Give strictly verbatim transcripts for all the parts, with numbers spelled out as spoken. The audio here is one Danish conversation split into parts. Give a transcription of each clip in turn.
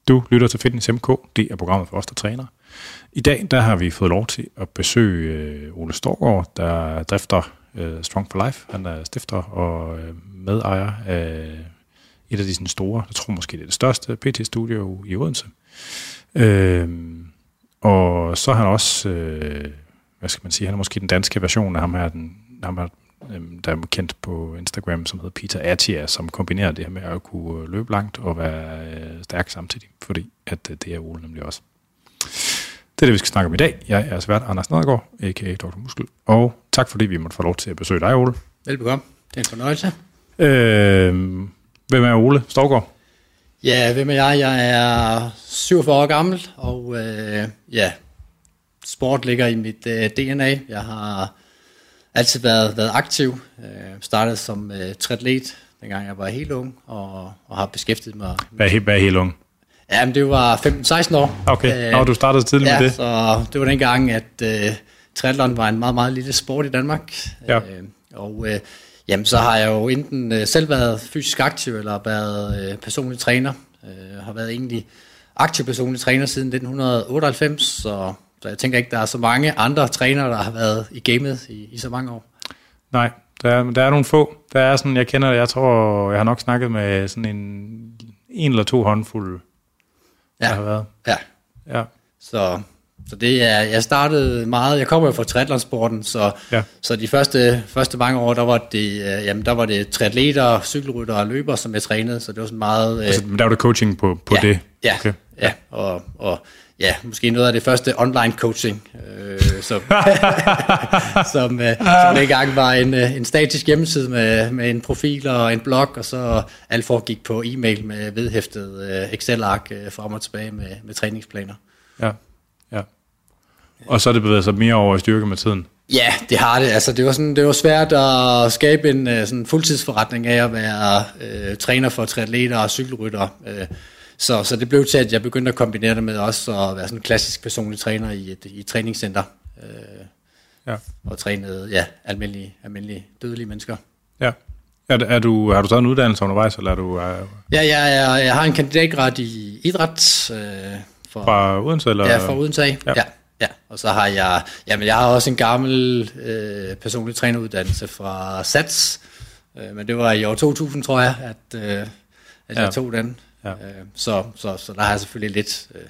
Du lytter til Fitness M K, det er programmet for os, der træner. I dag der har vi fået lov til at besøge øh, Ole Storgaard, der drifter øh, Strong for Life. Han er stifter og øh, medejer af et af de sådan store, jeg tror måske det er det største P T-studio i Odense. Øh, og så er han også, øh, hvad skal man sige, han er måske den danske version af ham her, den, ham her der er kendt på Instagram, som hedder Peter Attia, som kombinerer det her med at kunne løbe langt og være stærk samtidig, fordi at det er Ole nemlig også. Det er det, vi skal snakke om i dag. Jeg er svært Anders Nedergaard, a k a. doktor Muskel, og tak fordi vi måtte få lov til at besøge dig, Ole. Velbekomme. Det er en fornøjelse. Øh, hvem er Ole Storgaard? Ja, hvem er jeg? Jeg er syvogfyrre år gammel, og øh, ja, sport ligger i mit øh, D N A. Jeg har altid været, været aktiv. Jeg startede som uh, triatlet, dengang jeg var helt ung, og, og har beskæftiget mig. Hvad er, hvad er helt ung? Ja, men det var femten seksten år. Okay, Nå, du startede tidligt ja, med det. så det var dengang, at uh, triathlon var en meget, meget lille sport i Danmark. Ja. Uh, og uh, jamen, så har jeg jo enten uh, selv været fysisk aktiv, eller været uh, personlig træner. Uh, har været egentlig aktiv personlig træner siden nitten otteoghalvfems, så... Så jeg tænker ikke, der er så mange andre trænere, der har været i gamet i, i så mange år. Nej, der er, der er nogle få. Der er sådan, jeg kender, jeg tror, jeg har nok snakket med sådan en, en eller to håndfulde, der ja. har været. Ja, ja. Så, så det er, jeg startede meget, jeg kommer jo fra triathlonsporten, så, ja. så de første, første mange år, der var det, jamen, der var det triatleter, cykelryttere og løbere, som jeg trænede, så det var sådan meget... Altså, der var det coaching på, på ja, det? Ja, okay. ja. ja. Og, og ja, måske noget af det første online coaching, øh, som, som, øh, som dengang var en, en statisk hjemmeside med, med en profil og en blog, og så alt foregik på e-mail med vedhæftet øh, Excel-ark øh, frem og tilbage med, med træningsplaner. Ja, ja. Og så er det bevæget sig mere over i styrke med tiden? Ja, det har det. Altså, det var sådan, det var svært at skabe en sådan fuldtidsforretning af at være øh, træner for triatleter og cykelryttere. Øh, Så, så det blev til, at jeg begyndte at kombinere det med også at være sådan en klassisk personlig træner i et, i et træningscenter. Øh, ja. Og trænede ja, almindelige, almindelige dødelige mennesker. Ja. Er, er du, har du taget en uddannelse undervejs, eller er du... Er... Ja, jeg, jeg, jeg har en kandidatgrad i idræt. Øh, for, fra Odense, eller? Ja, fra Odense. Ja. Ja, ja. Og så har jeg... Jamen, jeg har også en gammel øh, personlig træneruddannelse fra SATS. Øh, men det var i år to tusind, tror jeg, at, øh, at jeg ja. tog den. Ja. Øh, så, så, så der har jeg selvfølgelig lidt... Øh...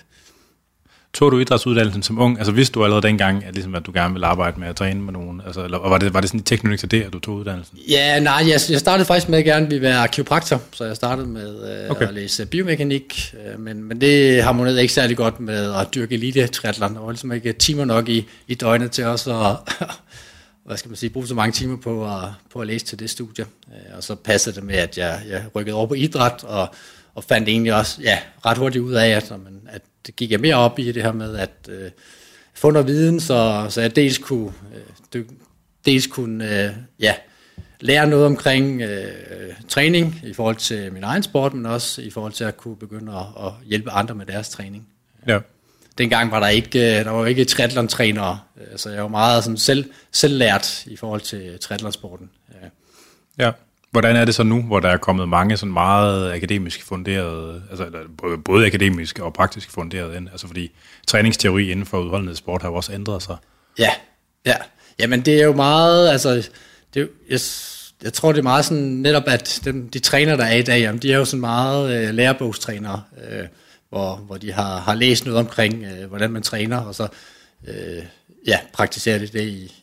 Tog du idrætsuddannelsen som ung? Altså vidste du allerede dengang, at, ligesom, at du gerne ville arbejde med at træne med nogen? Altså, eller var det, var det sådan en teknik til det, at du tog uddannelsen? Ja, nej, jeg, jeg startede faktisk med at gerne ville være kiropraktor, så jeg startede med øh, okay. at læse biomekanik, øh, men, men det harmonerede ikke særlig godt med at dyrke elite triathlon. Der var ligesom ikke timer nok i, i døgnet til også at... hvad skal man sige, bruge så mange timer på at, på at læse til det studie. Øh, og så passede det med, at jeg, jeg rykkede over på idræt, og og fandt egentlig også ja, ret hurtigt ud af, at, at det gik jeg mere op i det her med at øh, få noget viden, så, så jeg dels kunne, øh, dels kunne øh, ja, lære noget omkring øh, træning i forhold til min egen sport, men også i forhold til at kunne begynde at, at hjælpe andre med deres træning. Ja. Dengang var der ikke, der var jo ikke triathlon-trænere, så jeg var meget sådan selv, selvlært i forhold til triathlonsporten. Ja. Hvordan er det så nu, hvor der er kommet mange sådan meget akademisk funderede, altså både akademisk og praktisk funderede ind, altså fordi træningsteori inden for udholdenhedssport har jo også ændret sig. Ja, ja. Jamen det er jo meget, altså det er, jeg, jeg tror det er meget sådan netop, at dem, de træner der er i dag, jamen, de er jo sådan meget øh, lærebogstrænere, øh, hvor, hvor de har, har læst noget omkring, øh, hvordan man træner, og så øh, ja, praktiserer det, det i,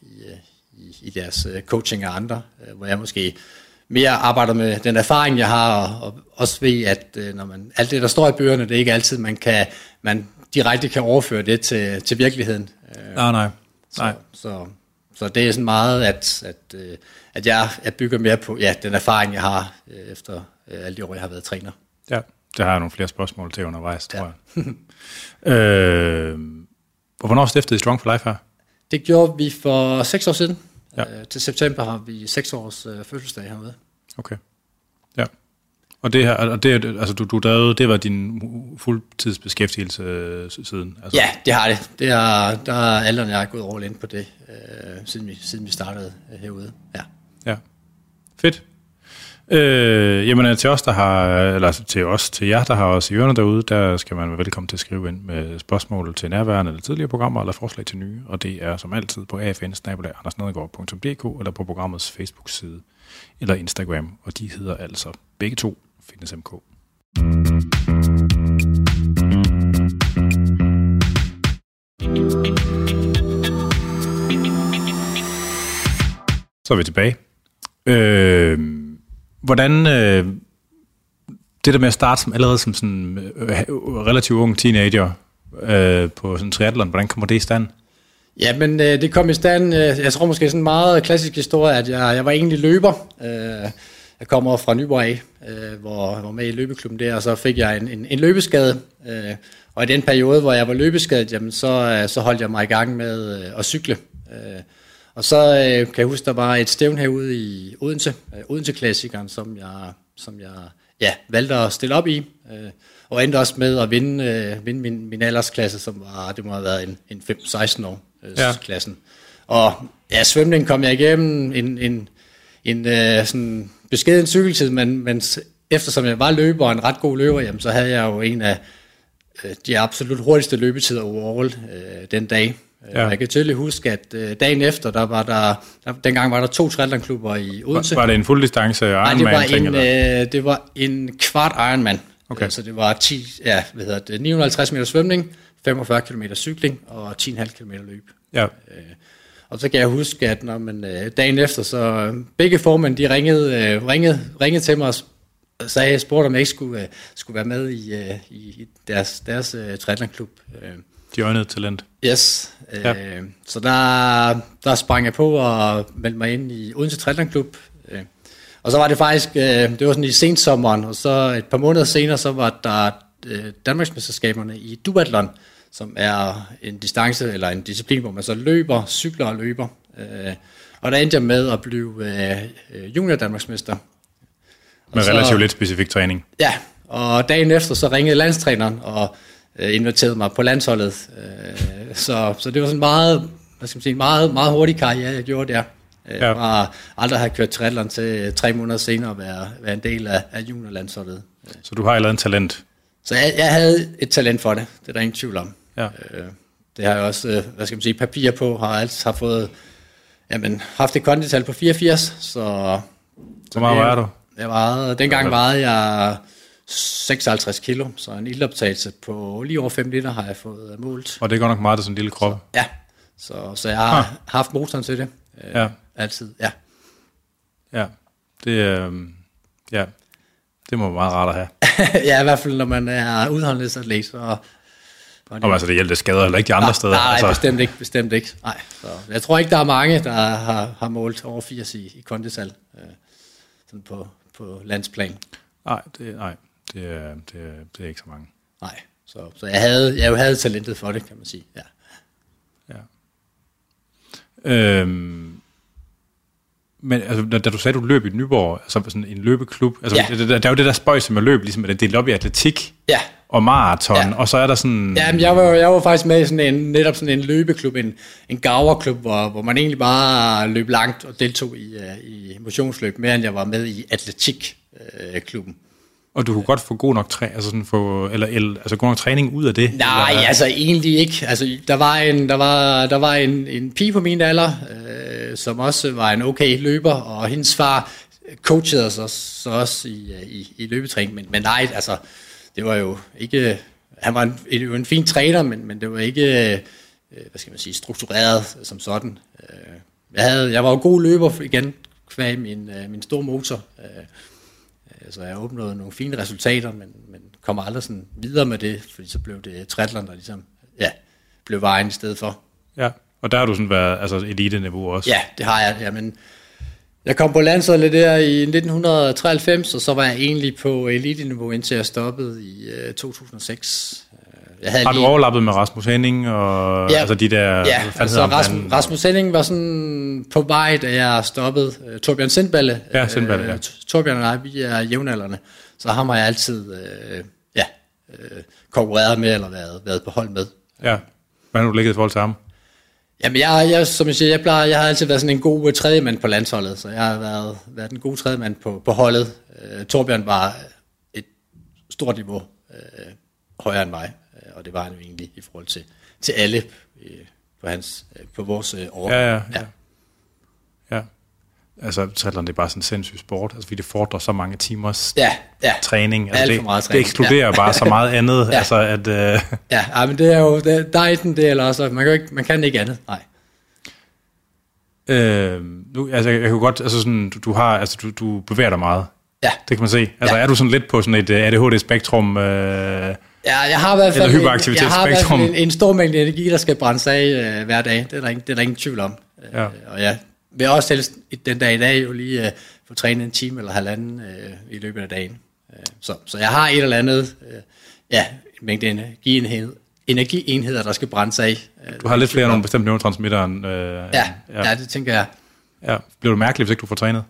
i, i deres coaching af andre, øh, hvor jeg måske mere arbejder med den erfaring, jeg har, og, og også ved, at øh, når man, alt det, der står i bøgerne, det er ikke altid, man kan, man direkte kan overføre det til, til virkeligheden. Nej, nej. nej. Så, så, så det er sådan meget, at, at, øh, at jeg, jeg bygger mere på ja, den erfaring, jeg har, øh, efter øh, alle de år, jeg har været træner. Ja, det har jeg nogle flere spørgsmål til undervejs, tror ja. jeg. øh, hvornår stiftede I Strong for Life her? Det gjorde vi for seks år siden. Ja. Øh, til september har vi seks års øh, fødselsdag herude. Okay. Ja. Og det her, og det, altså du, du drev, det var din fuldtidsbeskæftigelse øh, siden? Altså. Ja, det har det. Det er, der er alderen, jeg er gået all in på det, øh, siden, vi, siden vi startede øh, herude. Ja. Ja. Fedt. Øh, jamen til os, der har, eller til os, til jer, der har os i ørerne derude, der skal man være velkommen til at skrive ind med spørgsmål til nærværende eller tidligere programmer, eller forslag til nye, og det er som altid på a f n bindestreg anders nedergaard punktum d k eller på programmets Facebook-side eller Instagram, og de hedder altså begge to Fitness M K. Så er vi tilbage. Øh, hvordan øh, det der med at starte som, allerede som sådan øh, relativt ung teenager øh, på sådan en triathlon, hvordan kommer det i stand? Ja, men øh, det kom i stand, øh, jeg tror måske sådan en meget klassisk historie, at jeg, jeg var egentlig løber. Øh, jeg kommer fra Nyborg af, øh, hvor jeg var med i løbeklubben der, og så fik jeg en, en, en løbeskade. Øh, og i den periode, hvor jeg var løbeskadet, jamen, så, så holdt jeg mig i gang med øh, at cykle. Øh, Og så øh, kan jeg huske, der var et stævn herude i Odense, øh, Odense-klassikeren, som jeg, som jeg ja, valgte at stille op i. Øh, og endte også med at vinde, øh, vinde min, min aldersklasse, som var, det må have været en, en femten seksten år øh, ja. klassen. Og ja, svømning kom jeg igennem en, en, en øh, sådan beskeden cykeltid, men, men eftersom jeg var løber og en ret god løber, jamen, så havde jeg jo en af øh, de absolut hurtigste løbetider overall øh, den dag. Ja. Jeg kan tydeligt huske, at øh, dagen efter, der var der, der, dengang var der to triathlonklubber i Odense. Var, var det en fulddistance Ironman? Nej, det var, en, øh, det var en kvart Ironman. Okay. Altså det var ti, ja, hvad hedder det, ni hundrede og halvtreds meter svømning, femogfyrre kilometer cykling og ti komma fem kilometer løb. Ja. Øh, og så kan jeg huske, at når man, øh, dagen efter, så begge formænd, de ringede, øh, ringede, ringede til mig og sagde, jeg spurgte, om jeg ikke skulle, øh, skulle være med i, øh, i deres, deres øh, triathlonklub. Øh, De øjnede talent. Yes. Ja. Øh, så der, der sprang jeg på og meldte mig ind i Odense Triathlonklub. Øh, og så var det faktisk, øh, det var sådan i sensommeren, og så et par måneder senere, så var der øh, Danmarksmesterskaberne i duathlon, som er en distance eller en disciplin, hvor man så løber, cykler og løber. Øh, og der endte jeg med at blive øh, junior Danmarksmester. Med så, relativt lidt specifik træning. Ja, og dagen efter så ringede landstræneren og øh, inviterede mig på landsholdet. Øh, så, så det var sådan meget, hvad skal man sige, meget, meget hurtig karriere, jeg gjorde der. Øh, ja. Og aldrig have kørt triathlon til tre måneder senere at være, være en del af, af juniorlandsholdet. Så du har allerede en talent? Så jeg, jeg havde et talent for det, det er der ingen tvivl om. Ja. Øh, det har jeg også, øh, hvad skal man sige, papir på, har altid har fået, jamen, haft et kondital på fireogfirs, så... Hvor meget vejer du? Jeg vejede, dengang vejede jeg seksoghalvtreds kilo, så en ildoptagelse på lige over fem liter har jeg fået målt. Og det er godt nok meget af sådan en lille krop. Så, ja, så, så jeg har huh. haft motoren til det. Øh, ja. Altid, ja. Ja, det, øh, ja, det må være meget rart at have. Ja, i hvert fald når man er udholdenhedsatlet, så... Og altså det hjælper skader eller ikke de andre nej, steder? Nej, altså. bestemt ikke, bestemt ikke. Nej, så jeg tror ikke, der er mange, der har, har målt over firs i, i kondital, øh, sådan på, på landsplan. Nej, det, nej det, er, det, er, det er ikke så mange. Nej, så, så jeg havde jeg havde talentet for det, kan man sige. Ja. Ja. Øhm, men altså, da, da du sagde, at du løb i Nyborg, altså sådan en løbeklub, altså, ja. der, der er jo det der spøjse med løb, ligesom at det er delt op i atletik. Ja. Og maraton, ja. Og så er der sådan... Ja, men jeg var, jeg var faktisk med i sådan en, netop sådan en løbeklub, en, en gaverklub, hvor, hvor man egentlig bare løb langt og deltog i, uh, i motionsløb, mere end jeg var med i atletikklubben. Uh, og du kunne godt få god nok træ, altså sådan få, eller, eller, altså god nok træning ud af det? Nej, eller? altså egentlig ikke. Altså, der var en, der var, der var en, en pige på min alder, uh, som også var en okay løber, og hendes far coachede os også, så også i, i, i løbetræning, men, men nej, altså... Det var jo ikke, han var en, en, en fin træner, men, men det var ikke, øh, hvad skal man sige, struktureret som sådan. Øh, jeg, havde, jeg var jo god løber igen, kvæg min, øh, min store motor, øh, så jeg opnåede nogle fine resultater, men, men kom aldrig sådan videre med det, fordi så blev det triathlon, der ligesom, ja, blev vejen i stedet for. Ja, og der har du sådan været, altså elite-niveau også? Ja, det har jeg, jamen. Jeg kom på landsholdet der i nitten treoghalvfems, og så var jeg egentlig på elite-niveau, indtil jeg stoppede i uh, to tusind og seks. Jeg havde har du lige... overlappet med Rasmus Henning og ja, altså de der... Ja, altså Rasmus, Rasmus Henning var sådan på vej, da jeg stoppede. Uh, Torbjørn Sindballe. Ja, Sindballe, ja. Uh, Torbjørn og jeg, vi er jævnaldrende, så ham har jeg altid uh, ja, uh, konkurreret med, eller været, været på hold med. Ja, hvad har du ligget i forhold til ham? Jamen, jeg, jeg, som jeg siger, jeg, plejer, jeg har altid været sådan en god tredjemand på landsholdet, så jeg har været, været en god tredjemand på, på holdet. Uh, Torbjørn var et stort niveau uh, højere end mig, uh, og det var han jo egentlig i forhold til, til alle uh, på, hans, uh, på vores uh, år. Ja, ja, ja. ja. ja. Altså, triathlon, det er bare sådan en sindssyg sport, altså, fordi det fordrer så mange timers ja, ja. træning. Altså, Alt det, for meget træning. Det ekskluderer ja. bare så meget andet. ja. Altså, at, uh... ja, ja, men det er jo, det, der er enten det, eller også, man kan, ikke, man kan ikke andet, nej. Øh, nu, altså, jeg, jeg kan godt, altså sådan, du, du har, altså, du, du bevæger dig meget. Ja. Det kan man se. Altså, ja. Er du sådan lidt på sådan et A D H D-spektrum? Øh, ja, jeg har i hvert fald, en, jeg har i hvert fald en, en stor mængde energi, der skal brændes af øh, hver dag. Det er der ingen, det er der ingen tvivl om. Ja. Øh, og jeg vil også helst den dag i dag jo lige øh, få trænet en time eller halvanden øh, i løbet af dagen. Øh, så, så jeg har et eller andet, øh, ja, en mængde energienhed, energienheder, der skal brændes af. Øh, du har lidt flere af nogle bestemte neurotransmitter end... Øh, ja, ja, ja, det tænker jeg. Ja. Bliver du mærkeligt, hvis ikke du får trænet?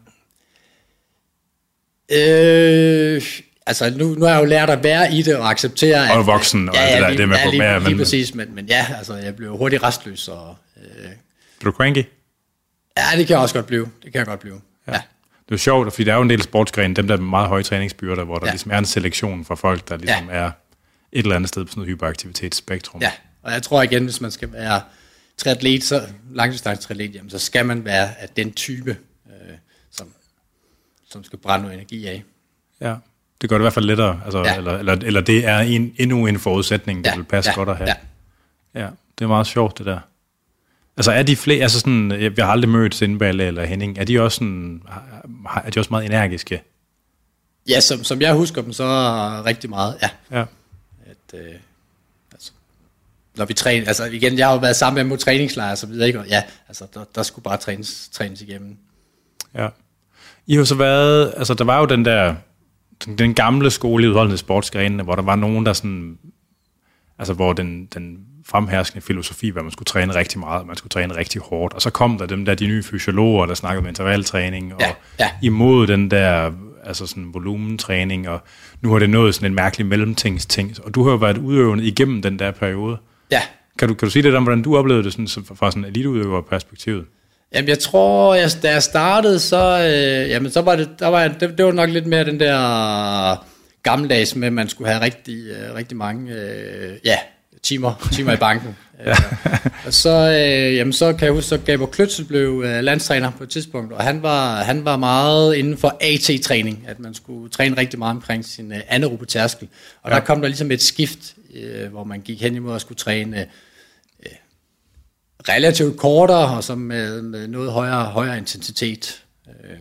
Øh, altså nu, nu har jeg jo lært at være i det og acceptere... Og voksen og ja, alt det der, lige, det er med ja, på. Lige, Ja, lige, men, lige præcis, men, men ja, altså jeg blev hurtigt restløs. Og, øh, bliver du cranky? Ja, det kan jeg også godt blive. Det kan jeg godt blive, ja. ja. Det er jo sjovt, fordi der er jo en del sportsgrene, dem der med meget høje træningsbyrder, hvor der ja. ligesom er en selektion for folk, der ligesom ja. er et eller andet sted på sådan noget hyperaktivitetsspektrum. Ja, og jeg tror igen, hvis man skal være triatlet, så langdistance triatlet, jamen, så skal man være af den type, øh, som, som skal brænde noget energi af. Ja, det gør det i hvert fald lettere, altså, ja. eller, eller, eller det er en, endnu en forudsætning, der ja. vil passe ja. godt at have. Ja. ja, det er meget sjovt det der. Altså er de flere, altså sådan, jeg har aldrig mødt Sindballe eller Henning, er de også sådan, er de også meget energiske? Ja, som, som jeg husker dem, så rigtig meget, ja. Ja. At, øh, altså, når vi træner, altså igen, jeg har jo været sammen med mod træningslejre og så videre, ikke? Og ja, altså der, der skulle bare trænes, trænes igennem. Ja. I har så været, altså der var jo den der, den gamle skole i udholdende sportsgrenene, hvor der var nogen, der sådan, altså hvor den, den fremherskende filosofi, hvor man skulle træne rigtig meget, man skulle træne rigtig hårdt, og så kom der dem der, de nye fysiologer, der snakkede med intervaltræning, og ja, ja. imod den der, altså sådan volumentræning, og nu har det nået sådan en mærkelig mellemtingsting, og du har jo været udøvende igennem den der periode. Ja. Kan du, kan du sige lidt om, hvordan du oplevede det sådan, fra sådan en eliteudøver-perspektivet? Jamen, jeg tror, jeg, da jeg startede, så, øh, jamen, så var det, der var, det, det var nok lidt mere den der gammeldags med, at man skulle have rigtig, øh, rigtig mange øh, ja, timer, timer i banken. ja. Og så, øh, jamen, så kan jeg huske, at Gabor Kløtzel blev øh, landstræner på et tidspunkt, og han var, han var meget inden for A T-træning, at man skulle træne rigtig meget omkring sin øh, anaerobe tærskel. Og ja. der kom der ligesom et skift, øh, hvor man gik hen imod at skulle træne øh, relativt kortere, og så med, med noget højere, højere intensitet. Øh.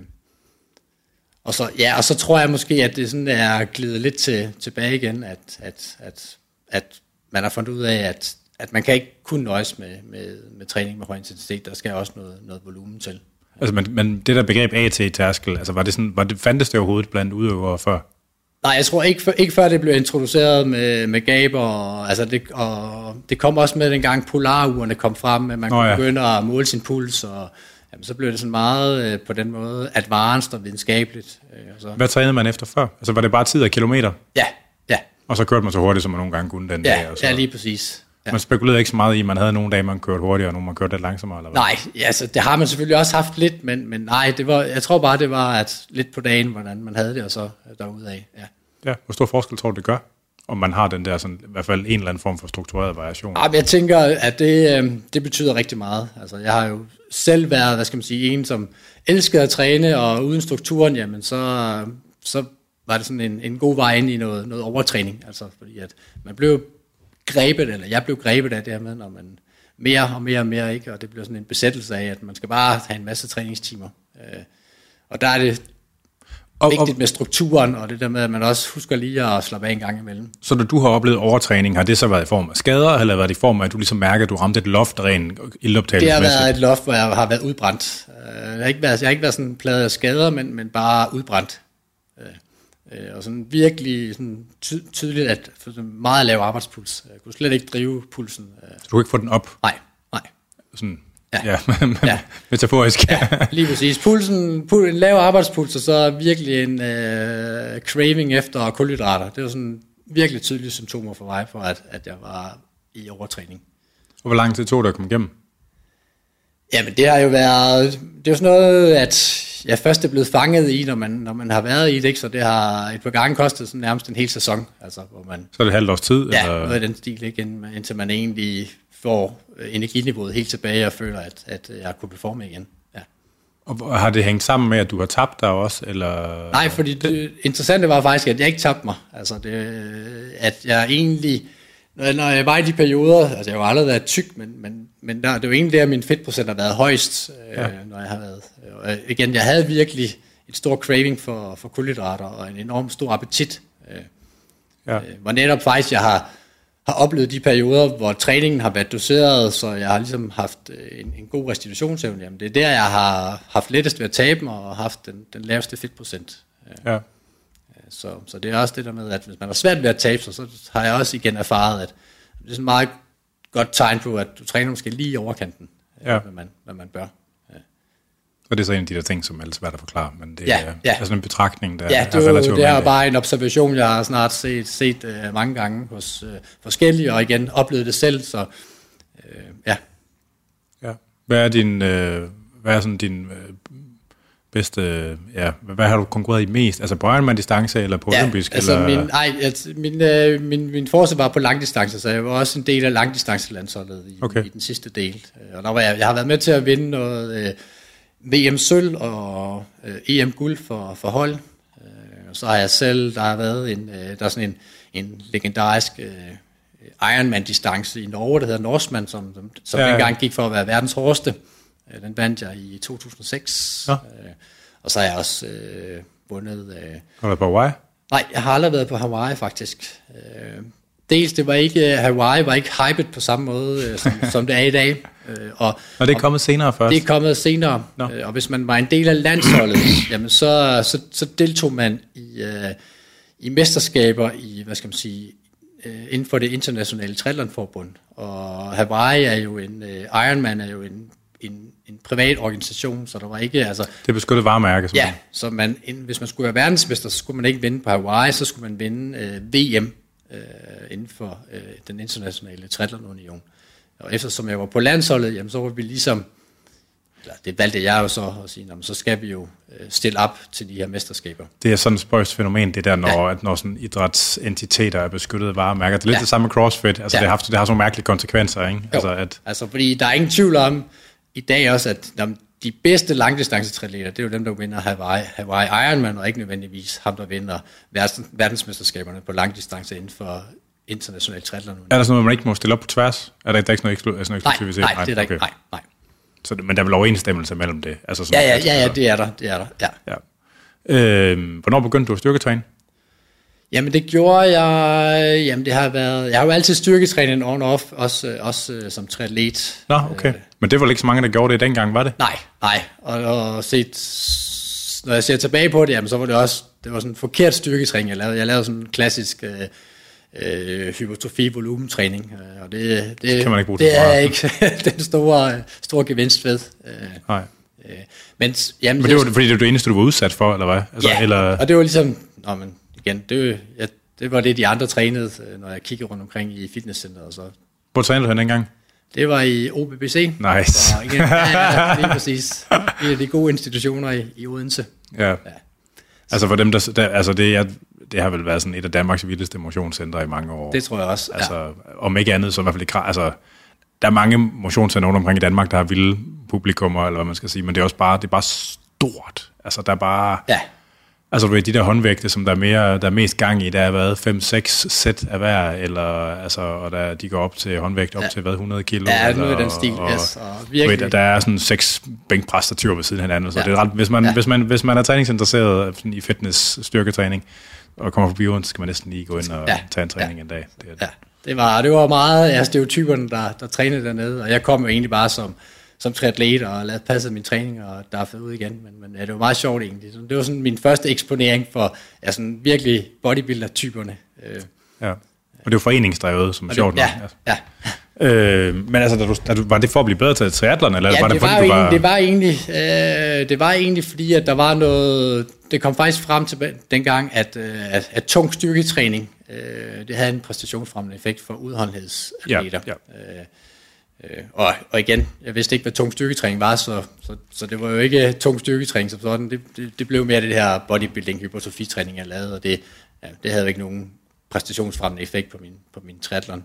Og så, ja, og så tror jeg måske, at det sådan er glidet lidt til, tilbage igen, at, at, at, at man har fundet ud af, at, at man kan ikke kun nøjes med, med, med træning med høj intensitet, der skal også noget, noget volumen til. Altså, men, men det der begreb A T-tærskel, altså var det sådan, var det, fandtes det overhovedet blandt udøvere før? Nej, jeg tror ikke, for, ikke før det blev introduceret med, med Gabor, og, altså det, og det kom også med dengang polarugerne kom frem, at man kunne oh, ja. begynde at måle sin puls, og jamen, så blev det sådan meget øh, på den måde advanced og videnskabeligt. Øh, og så. Hvad trænede man efter før? Altså var det bare tid af kilometer? Ja, ja. Og så kørte man så hurtigt, som man nogle gange kunne den ja, dag? Og så. Ja, lige præcis. Ja. Man spekulerede ikke så meget i, at man havde nogle dage, man kørte hurtigere, og nogle man kørte lidt langsommere? Eller hvad? Nej, altså, det har man selvfølgelig også haft lidt, men, men nej, det var, jeg tror bare, det var at lidt på dagen, hvordan man havde det, og så derudaf. Ja. Ja, hvor stor forskel tror du, det gør? Om man har den der, sådan, i hvert fald en eller anden form for struktureret variation? Ja, jeg tænker, at det, øh, det betyder rigtig meget. Altså, jeg har jo selv været, hvad skal man sige, en, som elskede at træne, og uden strukturen, jamen, så, så var det sådan en, en god vej ind i noget, noget overtræning. Altså, fordi at man blev grebet, eller jeg blev grebet af det her med, når man mere og mere og mere, ikke? Og det blev sådan en besættelse af, at man skal bare have en masse træningstimer. Øh, og der er det og, vigtigt med strukturen, og det der med, at man også husker lige at slappe af en gang imellem. Så når du har oplevet overtræning, har det så været i form af skader, eller været i form af, at du ligesom mærker, at du ramte et loft rent ildoptagelsesmæssigt? Det har været et loft, hvor jeg har været udbrændt. Jeg har ikke været, jeg har ikke været sådan plaget af skader, men, men bare udbrændt. Og sådan virkelig sådan ty- tydeligt, at meget lav arbejdspuls. Jeg kunne slet ikke drive pulsen. Så du kunne ikke få den op? Nej, nej. Sådan, ja, ja, ja. metaforisk. Ja, lige præcis. Pulsen, pul- en lav arbejdspuls, og så virkelig en øh, craving efter kulhydrater. Det var sådan virkelig tydelige symptomer for mig, for at, at jeg var i overtræning. Og hvor lang tid tog det at komme igennem? Jamen det har jo været, det er jo sådan noget, at jeg først er blevet fanget i, når man, når man har været i det, ikke? Så det har et par gange kostet sådan nærmest en hel sæson. Altså, hvor man, så er det et halvt års tid? Ja, eller? noget af den stil, ikke? Indtil man egentlig får energiniveauet helt tilbage og føler, at, at jeg kunne performe igen. Ja. Og har det hængt sammen med, at du har tabt dig også? Eller? Nej, fordi det interessante var faktisk, at jeg ikke tabte mig. Altså, det, at jeg egentlig... Når jeg var i de perioder, altså jeg har aldrig været tyk, men, men, men der, det er jo egentlig der, min fedtprocent har været højst, ja. øh, når jeg har været. Og igen, jeg havde virkelig et stort craving for, for kulhydrater og en enorm stor appetit. Øh, ja. øh, hvor netop faktisk, jeg har, har oplevet de perioder, hvor træningen har været doseret, så jeg har ligesom haft en, en god restitutionsevne. Jamen, det er der, jeg har haft lettest ved at tabe mig og haft den, den laveste fedtprocent. Øh. Ja. Så, så det er også det der med, at hvis man har svært ved at tabe sig, så har jeg også igen erfaret, at det er sådan et meget godt tegn på, at du træner måske lige i overkanten, ja. hvad, man, hvad man bør. Ja. Og det er så en af de der ting, som er svært at forklare, men det ja, er, ja. er sådan en betragtning, der ja, er relativt Ja, det er bare en observation, jeg har snart set, set uh, mange gange hos uh, forskellige, og igen oplevet det selv, så uh, ja. ja. Hvad er din, øh, hvad er sådan din... Øh, bedste, ja, hvad har du konkurreret i mest? Altså på Ironman-distance eller på ja, olympisk? altså eller? Min, ej, altså min, øh, min, min force var på langdistance, så jeg var også en del af langdistancelandsholdet i, okay. i den sidste del. Og der var jeg, jeg har været med til at vinde noget øh, V M-sølv og øh, E M-guld for, for hold. Øh, og så har jeg selv, der har været en, øh, der er sådan en, en legendarisk øh, Ironman-distance i Norge, der hedder Norseman, som, som, som ja, ja. engang gik for at være verdens hårdeste. Den vandt jeg i to tusind og seks, ja. øh, og så har jeg også øh, vundet... Øh, har du været på Hawaii? Nej, jeg har aldrig været på Hawaii faktisk. Øh, dels, det var ikke, Hawaii var ikke hyped på samme måde, øh, som, som det er i dag. Øh, og, og det er kommet senere først? Det er kommet senere, no. øh, og hvis man var en del af landsholdet, jamen så, så, så deltog man i, øh, i mesterskaber i, hvad skal man sige, øh, inden for det internationale triathlonforbund. Og Hawaii er jo en, øh, Ironman er jo en En, en privat organisation, så der var ikke... Altså, det er beskyttet varemærke. Ja, så man, hvis man skulle være verdensmester, så skulle man ikke vinde på Hawaii, så skulle man vinde øh, V M øh, inden for øh, den internationale triathlonunion. Og eftersom jeg var på landsholdet, jamen, så var vi ligesom... Eller, det valgte jeg jo så at sige, jamen, så skal vi jo øh, stille op til de her mesterskaber. Det er sådan et spøjst fænomen, det der, når, ja. at når sådan idrætsentiteter er beskyttet varemærker. Det er lidt ja. det samme med CrossFit. Altså, ja. det, har, det har sådan nogle mærkelige konsekvenser, ikke? Altså, at, altså, fordi der er ingen tvivl om, i dag også, at de bedste langdistancetriatleter, det er jo dem, der vinder Hawaii, Hawaii Ironman, og ikke nødvendigvis ham, der vinder verdens, verdensmesterskaberne på langdistance inden for international triathlon. Er der sådan noget, man ikke må stille op på tværs? Er der, der ikke sådan noget eksklusivitet? Nej, nej, det er der ikke. Nej, nej. Så, men der er vel overensstemmelse mellem det? Altså sådan, ja, ja, ja, ja, det er der. Det er der ja. Ja. Øh, hvornår begyndte du at styrketræne? Jamen det gjorde jeg, jamen det har været, jeg har jo altid styrketrænet on-off, også, også som triatlet. Nå, okay. Men det var ikke så mange, der gjorde det dengang, var det? Nej, nej. Og, og set, når jeg ser tilbage på det, jamen så var det også, det var sådan en forkert styrketræning, jeg lavede. Jeg lavede sådan en klassisk øh, øh, hypertrofi-volumentræning, øh, og det, det, kan man ikke bruge det er ikke den store, store gevinst ved. Øh, nej. Øh, men, jamen, men det var fordi, det var det eneste, du var udsat for, eller hvad? Altså, ja, eller... og det var ligesom, nå, men igen, det, jeg, det var det, de andre trænede, når jeg kiggede rundt omkring i fitnesscenteret. Og så. Hvor trænede du hen engang? Det var i O B B C. Nice. Og igen, ja, lige præcis. En af de gode institutioner i, i Odense. Ja. ja. Altså for dem, der, der altså det, er, det har vel været sådan et af Danmarks vildeste motionscentre i mange år. Det tror jeg også, altså, ja. Om ikke andet, så i hvert fald ikke, altså, der er mange motionscentre rundt omkring i Danmark, der har vilde publikummer, eller hvad man skal sige, men det er også bare, det er bare stort. Altså der er bare... Ja. Altså du ved, de der håndvægte, som der er, mere, der er mest gang i, der har været fem seks sæt af hver, eller, altså, og der, de går op til håndvægt op ja. til hvad, hundrede kilo. Ja, eller, nu er den stil, og, yes, og virkelig. Ved, der er sådan seks bænkpræstativer ved siden af hinanden, så ja. det er ret, hvis man, ja. hvis man, hvis man er træningsinteresseret i fitness, styrketræning, og kommer forbi Odense, så skal man næsten lige gå ind og ja. tage en træning ja. en dag. Det, ja. det, var, det var meget af stereotyperne, der, der trænede dernede, og jeg kom jo egentlig bare som som triatlet og lavede passet min træning og daffede ud igen, men, men ja, det var meget sjovt egentlig. Det var sådan min første eksponering for ja, sådan virkelig bodybuilder-typerne. Ja, og det var foreningsdrevet, som sjovt nok. Ja, ja. Øh, men altså, da du, da du, var det for at blive bedre til triathlon, eller ja, var det, det, fordi, var du var... egentlig, det var egentlig, øh, det var egentlig fordi, at der var noget, det kom faktisk frem til dengang, at, øh, at, at tung styrketræning, øh, det havde en præstationsfremmende effekt for udholdenhedsatleter. Ja, ja. Øh, Øh, og, og igen, jeg vidste ikke, hvad tung styrketræning var, så, så, så det var jo ikke tung styrketræning som sådan. Det, det, det blev mere det her bodybuilding, hypertrofitræning, jeg lavede, og det, ja, det havde jo ikke nogen præstationsfremmende effekt på min, på min triathlon.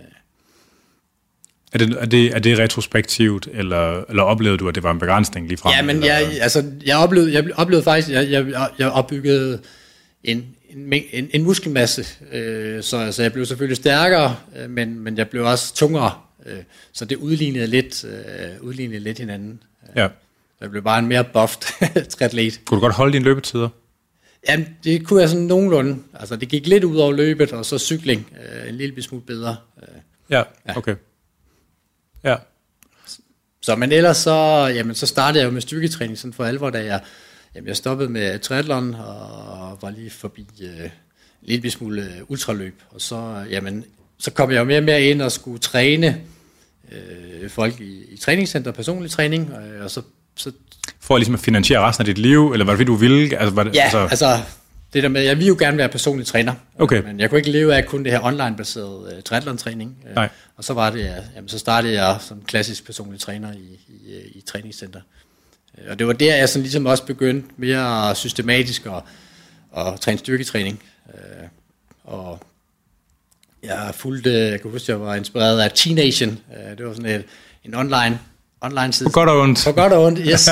Er det, er, det, er det retrospektivt, eller, eller oplevede du, at det var en begrænsning lige frem? Ja, men jeg, altså, jeg, oplevede, jeg oplevede faktisk, jeg, jeg, jeg opbyggede en, en, en, en muskelmasse, øh, så altså, jeg blev selvfølgelig stærkere, øh, men, men jeg blev også tungere, øh, så det udlignede lidt, øh, udlignede lidt hinanden. Ja. Jeg blev bare en mere buffed triatlet. Kunne du godt holde dine løbetider? Jamen, det kunne jeg sådan nogenlunde. Altså, det gik lidt ud over løbet, og så cykling øh, en lille smule bedre. Øh, ja, okay. Ja. Så, men ellers så, jamen, så startede jeg jo med styrketræning sådan for alvor, da jeg, jamen, jeg stoppede med triathlon og var lige forbi øh, en lille smule øh, ultraløb. Og så, jamen, så kom jeg jo mere og mere ind og skulle træne øh, folk i, i træningscenter, personlig træning, øh, og så, så for ligesom at finansiere resten af dit liv, eller var det, du ville? Altså, var det, ja, altså... altså det der med, jeg vil jo gerne være personlig træner, okay. Men jeg kunne ikke leve af kun det her online-baserede uh, triathlon-træning. Uh, Nej. Og så var det, uh, jamen, så startede jeg som klassisk personlig træner i, i, uh, i træningscenter. Uh, og det var der, jeg sådan ligesom også begyndte mere systematisk at, at træne styrketræning. Uh, og jeg fulgte, jeg kan huske, jeg var inspireret af T-Nation. Uh, det var sådan et, en online, online side. På godt og ondt. På godt og ondt, yes.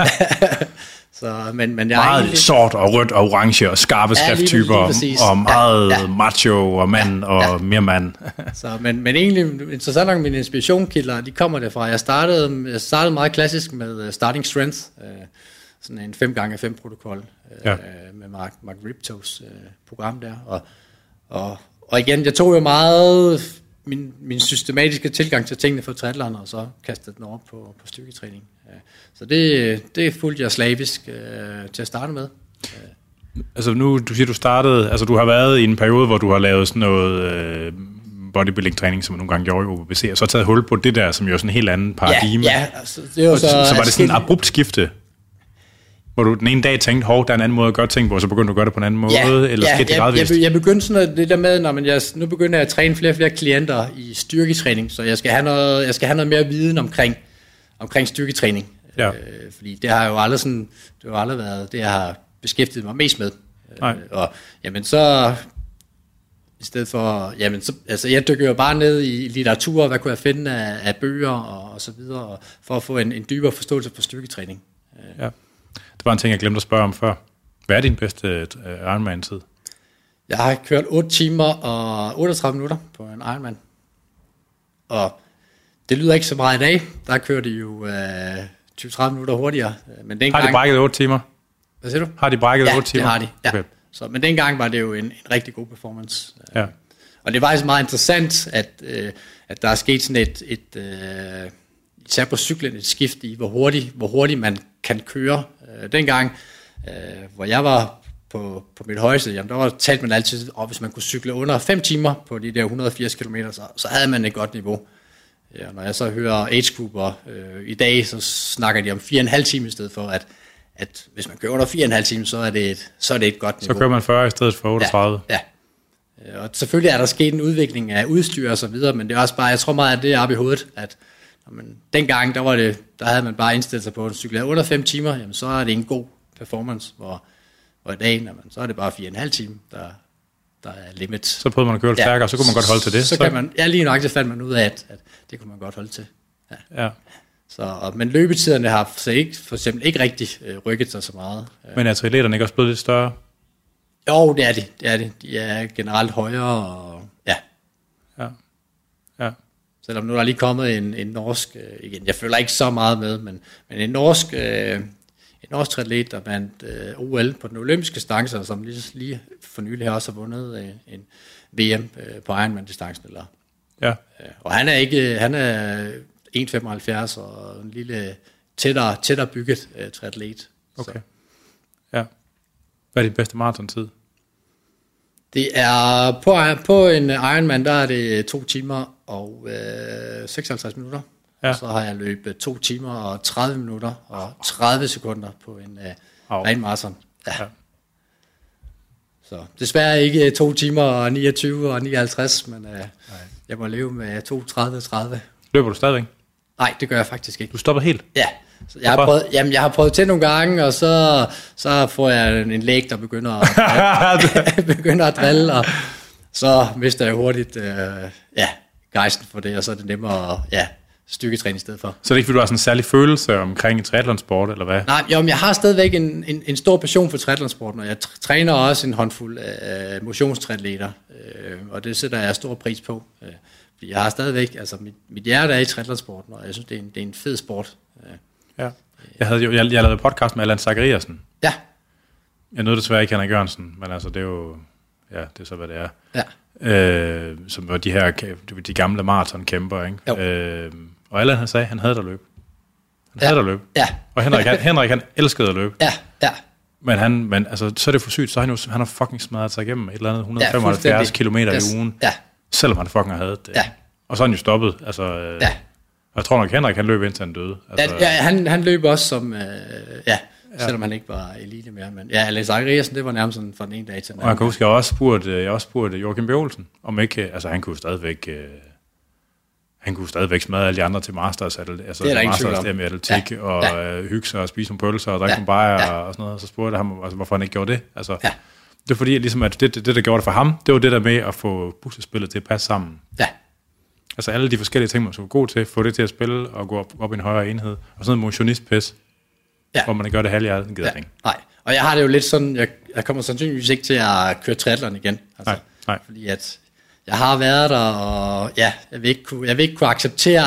Så, men, men jeg meget egentlig... sort og rødt og orange og skarpe ja, skrifttyper og meget ja, ja. macho og mand ja, og ja. mere mand. Så, men, men egentlig interessant nok, mine inspirationskilder, de kommer derfra. Jeg startede, jeg startede meget klassisk med starting strength, øh, sådan en fem gange fem protokol øh, ja. med Mark, Mark Riptos øh, program der. Og, og, og igen, jeg tog jo meget min, min systematiske tilgang til tingene for triathlon, og så kastede den over på, på styrketræning. Så det, det fulgte jeg slavisk øh, til at starte med. Altså nu, du siger, du startede, altså du har været i en periode, hvor du har lavet sådan noget øh, bodybuilding-træning, som man nogle gange gjorde i O B B C, og så taget hul på det der, som jo er sådan en helt anden paradigme. Ja, ja altså, det er jo så... Så, så var det sådan en abrupt skifte, hvor du den ene dag tænkte, hov, der er en anden måde at gøre ting på, og så begyndte du at gøre det på en anden måde, ja, eller ja, skete det jeg, gradvist? Jeg, jeg begyndte sådan noget, det der med, når man, jeg, nu begynder jeg at træne flere og flere klienter i styrketræning, så jeg skal have noget, jeg skal have noget mere viden omkring, omkring styrketræning. Ja. Øh, fordi det har jo aldrig sådan, det har aldrig været det, jeg har beskæftiget mig mest med. Nej. Øh, og jamen så, i stedet for, jamen så, altså jeg dykker jo bare ned i litteratur, hvad kunne jeg finde af, af bøger og, og så videre, og for at få en, en dybere forståelse for styrketræning. Ja. Det var en ting, jeg glemte at spørge om før. Hvad er din bedste uh, Ironman-tid? Jeg har kørt otte timer og otteogtredive minutter på en Ironman. Og det lyder ikke så meget i dag. Der kører de jo uh, tyve til tredive minutter hurtigere. Men dengang, har de brækket otte timer? Hvad siger du? Har de brækket ja, otte timer? Ja, det har de. Ja. Okay. Så, men dengang var det jo en, en rigtig god performance. Ja. Og det var faktisk meget interessant, at, øh, at der er sket sådan et, et øh, især på cyklen, et skift i, hvor hurtigt, hvor hurtigt man kan køre. Øh, dengang, øh, hvor jeg var på, på mit højeste, jamen, der var talt man altid, at hvis man kunne cykle under fem timer på de der et hundrede og firs kilometer, så, så havde man et godt niveau. Ja, når jeg så hører age-grupper øh, i dag, så snakker de om fire og en halv time i stedet for, at, at hvis man kører under fire og en halv time, så er det et, så er det et godt niveau. Så kører man fyrre i stedet for otteogtredive. Ja, ja. Og selvfølgelig er der sket en udvikling af udstyr og så videre, men det er også bare, jeg tror meget, at det er oppe i hovedet, at men, dengang, der, var det, der havde man bare indstillet sig på, at cykle under fem timer, jamen, så er det en god performance, hvor, hvor i dag, jamen, så er det bare fire og en halv time, der, der er limit. Så prøvede man at køre det ja. stærkere, så kunne man godt holde til det. Så, så kan man, ja, lige nok, så fandt man ud af, at, at det kunne man godt holde til. Ja. Ja. Så, og, men løbetiderne har så ikke, for eksempel ikke rigtig øh, rykket sig så meget. Men er triatleterne ikke også blevet lidt større? Jo, det er de. Det er de. De er generelt højere, og ja. Ja. Ja. Selvom nu er der lige kommet en, en norsk, øh, igen, jeg føler ikke så meget med, men, men en norsk, øh, en norsk triatlet, der vandt øh, O L på den olympiske stancer, som lige, lige for nylig har også vundet øh, en V M øh, på Ironman-distancen. Eller, ja. øh, og han er ikke, han er en komma femoghalvfjerds og en lille tættere, tættere bygget øh, triatlet. Okay. Så. Ja. Hvad er din bedste maratontid? Det er på, på en Ironman, der er det to timer og øh, seksoghalvtreds minutter. Ja. Så har jeg løbet to timer og tredive minutter og tredive sekunder på en øh, ren maraton. Ja. Ja. Så desværre ikke to timer og niogtyve og nioghalvtreds, men øh, jeg må leve med to tredive tredive. Løber du stadigvæk? Nej, det gør jeg faktisk ikke. Du stoppede helt? Ja. Så jeg, har prøvet, jamen, jeg har prøvet til nogle gange, og så, så får jeg en læg, der begynder at, begynder at drille, og så mister jeg hurtigt øh, ja, gejsten for det, og så er det nemmere at ja, styrketræne i stedet for. Så det er ikke, fordi du har sådan en særlig følelse omkring triathlonsport, eller hvad? Nej, jo, men jeg har stadigvæk en, en, en stor passion for triathlonsporten, og jeg træner også en håndfuld af motionstriatleter, øh, og det sætter jeg stor pris på. Øh, fordi jeg har stadigvæk, altså mit, mit hjerte er i triathlonsporten, og jeg synes, det er en, det er en fed sport. Øh. Ja. Jeg havde jo, jeg, jeg lavede podcast med Allan Zachariasen. Ja. Jeg nåede desværre ikke Henrik Jørgensen, men altså det er jo, ja, det er så hvad det er. Ja. Øh, som var de her, de gamle maratonkæmper, ikke? Øh, og Allan han sagde, han havde der løb. Han ja. havde der løb. Ja. Og Henrik, han, Henrik han elskede at løbe. Ja, ja. Men han, men altså så er det for sygt, så har han jo, han har fucking smadret sig igennem et eller andet et hundrede og femoghalvfjerds ja, kilometer yes. i ugen. Ja. Selvom han fucking havde det. Ja. Og så er han jo stoppet, altså. Øh, ja. Og jeg tror nok, Henrik han løb indtil han døde. Altså, ja, ja han, han løb også som, øh, ja, ja, selvom han ikke var elite mere. Men ja, Allan Zachariasen, det var nærmest sådan fra den ene dag til den anden. Og jeg kan huske, jeg også spurgte, jeg også spurgte Joachim B. Olsen, om ikke, altså han kunne stadigvæk, øh, han kunne stadigvæk smadre alle de andre til masters, altså det er masters der med atletik, ja, og ja. øh, hygge sig og spise nogle pølser og drikke ja, nogle bajer ja. og sådan noget. Og så spurgte jeg ham, altså, hvorfor han ikke gjorde det. Altså, ja. Det er fordi, ligesom, at det, det, det, der gjorde det for ham, det var det der med at få puslespillet til at passe sammen. Ja. Altså alle de forskellige ting, man skulle gå til, få det til at spille og gå op, op i en højere enhed. Og sådan noget motionistpis, ja. Hvor man ikke gør det halvhjertet, den gider ja. Ikke. Nej, og jeg har det jo lidt sådan, jeg, jeg kommer sandsynligvis ikke til at køre triathlon igen. Altså, nej, nej. Fordi at jeg har været der, og ja, jeg vil ikke kunne, jeg vil ikke kunne acceptere,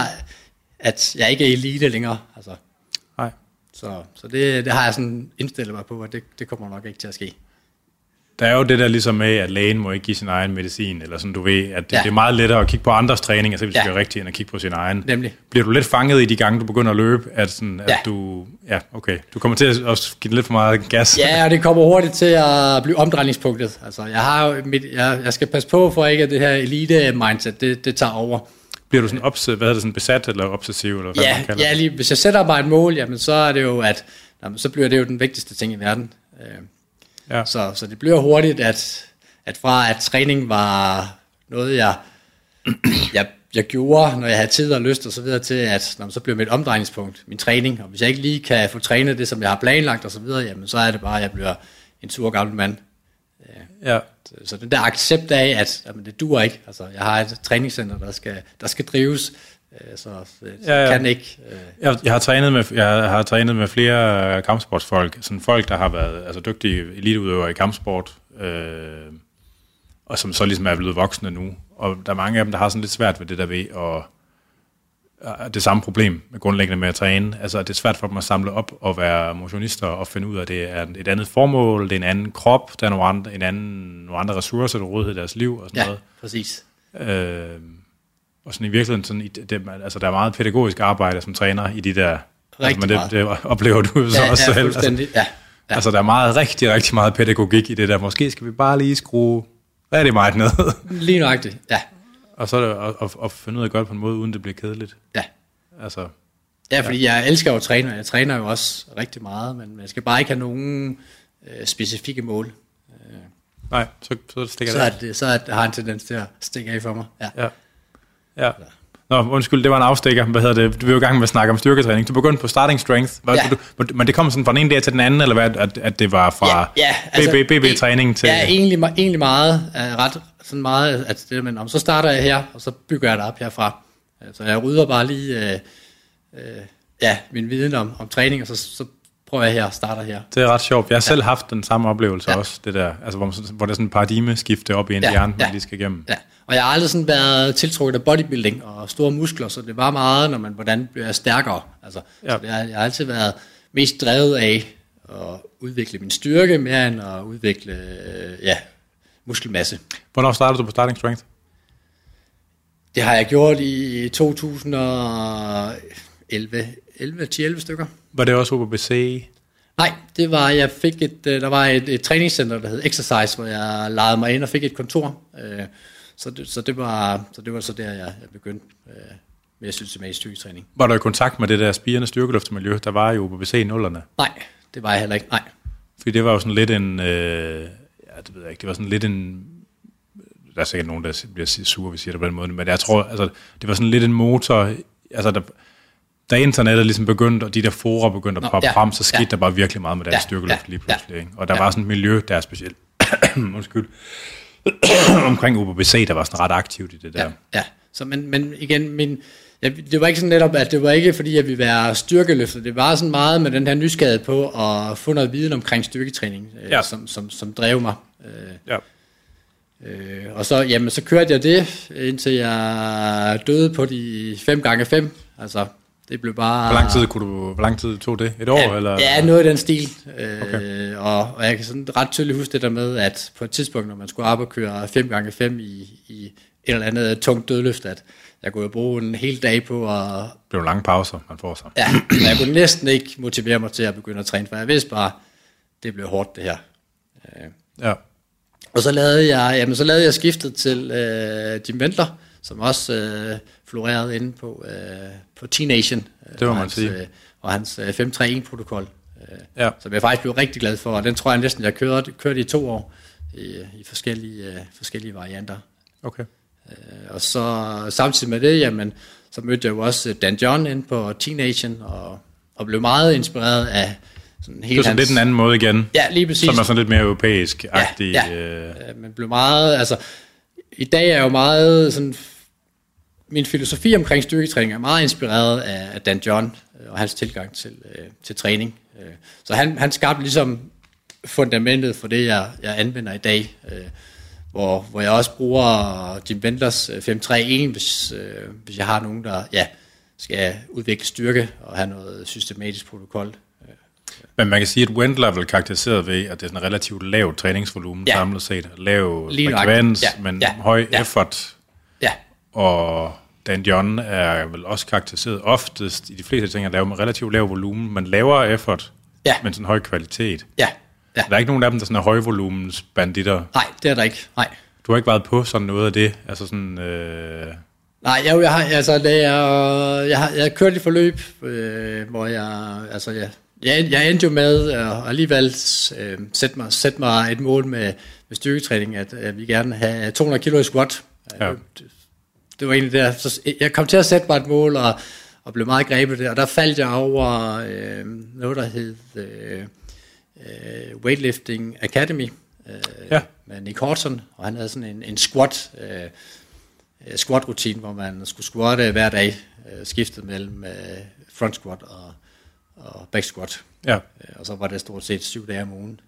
at jeg ikke er elite længere. Altså. Nej. Så, så det, det har jeg sådan indstillet mig på, at det, det kommer nok ikke til at ske. Der er jo det der ligesom med, at lægen må ikke give sin egen medicin, eller sådan, du ved, at det, ja. det er meget lettere at kigge på andres træning, altså hvis ja. det er rigtigt, end at kigge på sin egen. Nemlig. Bliver du lidt fanget i de gange, du begynder at løbe, at, sådan, at ja. du, ja, okay, du kommer til at også give lidt for meget gas? Ja, og det kommer hurtigt til at blive omdrejningspunktet. Altså, jeg har jo mit, jeg, jeg skal passe på for ikke, at det her elite-mindset, det, det tager over. Bliver du sådan, obs- hvad er det, sådan besat eller obsessiv? Eller hvad ja, man kalder ja lige, hvis jeg sætter mig et mål, jamen, så er det jo, at jamen, så bliver det jo den vigtigste ting i verden. Ja. Så, så det bliver hurtigt, at, at fra at træning var noget, jeg, jeg, jeg gjorde, når jeg havde tid og lyst og så videre, til at når så bliver mit omdrejningspunkt, min træning, og hvis jeg ikke lige kan få trænet det, som jeg har planlagt og så videre, jamen så er det bare, at jeg bliver en sur gammel mand. Ja. Så, så den der accept af, at jamen, det duer ikke. Altså, jeg har et træningscenter, der skal, der skal drives, så, så, så ja, ja. kan ikke. Øh. Jeg, jeg har trænet med jeg har trænet med flere kampsportsfolk, sådan folk der har været altså dygtige eliteudøvere i kampsport, øh, og som så ligesom er blevet voksne nu. Og der er mange af dem der har sådan lidt svært ved det der ved og det samme problem med grundlæggende med at træne. Altså det er svært for dem at samle op og være motionister og finde ud af, at det er et andet formål, det er en anden krop, der er nogle andre, en anden, nogle andre ressourcer, der rådighed i deres liv og sådan ja, noget. Præcis. Øh, og sådan i virkeligheden, sådan, det, altså der er meget pædagogisk arbejde som træner i de der, altså, men det, det oplever du jo så ja, også ja, selv. Altså, ja, ja. altså der er meget, rigtig, rigtig meget pædagogik i det der. Måske skal vi bare lige skrue rigtig meget ned. Lige nøjagtigt, ja. Og så er det at, at, at finde ud af at gøre det på en måde, uden det bliver kedeligt. Ja. Altså, ja, fordi ja. jeg elsker jo at træne, og jeg træner jo også rigtig meget, men jeg skal bare ikke have nogen øh, specifikke mål. Øh, Nej, så, så stikker så det. Er det. Så er det, har en tendens til at stikke af for mig. Ja. Ja. Ja. Nå, undskyld, det var en afstikker. Hvad hedder det? Du er jo i gang med at snakke om styrketræning. Du begyndte på starting strength. Hvad, ja. du, men det kom sådan fra den ene dag til den anden, eller hvad? At, at det var fra ja, ja, altså, B B-træning til... Ja, egentlig, egentlig meget. Ret, sådan meget at det, men om så starter jeg her, og så bygger jeg det op herfra. Så jeg rydder bare lige øh, øh, ja, min viden om, om træning, og så, så prøver jeg her og starter her. Det er ret sjovt. Jeg har selv ja. haft den samme oplevelse ja. også, det der, altså hvor, man, hvor der er sådan en paradigmeskifte op i en ja. hjerne, man ja. lige skal igennem. Ja. Og jeg har aldrig sådan været tiltrukket af bodybuilding og store muskler, så det var meget, når man, hvordan bliver jeg stærkere. Altså, ja. Så det har, jeg har altid været mest drevet af at udvikle min styrke, mere end at udvikle øh, ja, muskelmasse. Hvornår startede du på starting strength? Det har jeg gjort i to tusind og elleve, elleve ti elleve stykker. Var det også på B C? Nej, det var, jeg fik et, der var et, et træningscenter, der hed Exercise, hvor jeg lejede mig ind og fik et kontor. Så det, så det, var, så det var så der, jeg, jeg begyndte med at systematisk styrketræning. Var du i kontakt med det der spirende styrkeløftemiljø, der var jo på B C i nullerne? Nej, det var jeg heller ikke, nej. Fordi det var jo sådan lidt en, øh, ja, det ved jeg ikke, det var sådan lidt en, der er sikkert nogen, der bliver sure, hvis jeg siger det på den måde, men jeg tror, altså, det var sådan lidt en motor altså der, da internettet ligesom begyndte, og de der forer begyndte at poppe ja, frem, så skete ja. der bare virkelig meget med deres ja, styrkeløft ja, lige pludselig. Ikke? Og der ja. var sådan et miljø, der er specielt, undskyld, omkring U B C, der var sådan ret aktivt i det der. Ja, ja. Så, men, men igen, min, ja, det var ikke sådan netop, at det var ikke fordi, at vi var styrkeløfter. Det var sådan meget med den her nysgerrighed på at få noget viden omkring styrketræning, ja. øh, som, som, som drev mig. Øh, ja. øh, og så, jamen, så kørte jeg det, indtil jeg døde på de fem gange fem. Altså, det blev bare... Hvor lang tid, kunne du, hvor lang tid tog det? Et år? Ja, eller? Ja, noget af den stil. Okay. Øh, og, og jeg kan sådan ret tydeligt huske det der med, at på et tidspunkt, når man skulle op og køre fem gange fem i, i et eller andet tungt dødløft, at jeg kunne bruge en hel dag på at... Det blev lange pauser, man får sig. Ja, jeg kunne næsten ikke motivere mig til at begynde at træne, for jeg vidste bare, det blev hårdt det her. Øh. Ja. Og så lavede jeg, jamen, så lavede jeg skiftet til øh, Jim Wendler, som også øh, florerede inde på, øh, på T-Nation. Øh, det må man hans, sige. Øh, og hans øh, fem tre en-protokol, øh, ja. som jeg faktisk blev rigtig glad for, og den tror jeg næsten, jeg kørte, kørte i to år i, i forskellige, øh, forskellige varianter. Okay. Øh, og så samtidig med det, jamen, så mødte jeg jo også Dan John inde på T-Nation, og, og blev meget inspireret af sådan hele det er sådan hans... lidt en anden måde igen. Ja, lige præcis. Som er sådan lidt mere europæisk-agtig. Ja, ja. Øh... Man blev meget, altså, i dag er jo meget sådan, min filosofi omkring styrketræning er meget inspireret af, af Dan John og hans tilgang til, øh, til træning. Så han, han skabte ligesom fundamentet for det, jeg, jeg anvender i dag, øh, hvor, hvor jeg også bruger Jim Wendlers fem tre en, hvis, øh, hvis jeg har nogen, der ja, skal udvikle styrke og have noget systematisk protokol. Men man kan sige, at Wendler er vel karakteriseret ved, at det er sådan en relativt lav træningsvolumen ja. samlet set. Lav frekvens, ja. men ja. høj ja. effort. Ja. Og Dan John er vel også karakteriseret oftest i de fleste ting at lave med relativt lav volumen, men lavere effort, ja. men sådan høj kvalitet. Ja. Ja. Der er ikke nogen af dem, der sådan er højvolumens banditter. Nej, det er der ikke. Nej. Du har ikke været på sådan noget af det? Altså sådan... Øh... Nej, jeg, jeg har altså det er, jeg har jeg har kørt et forløb, øh, hvor jeg altså jeg jeg, jeg endte jo med at alligevel øh, sætte mig sætte mig et mål med, med styrketræning, at, at vi gerne have to hundrede kilo i squat. Ja. Det, det var egentlig der. Så jeg kom til at sætte mig et mål og og blev meget grebet der, og der faldt jeg over øh, noget der hed øh, Uh, Weightlifting Academy uh, ja. med Nick Horton, og han havde sådan en, en squat uh, squat rutine, hvor man skulle squatte hver dag, uh, skiftet mellem uh, front squat og, og back squat, ja. uh, og så var det stort set syv dage om ugen,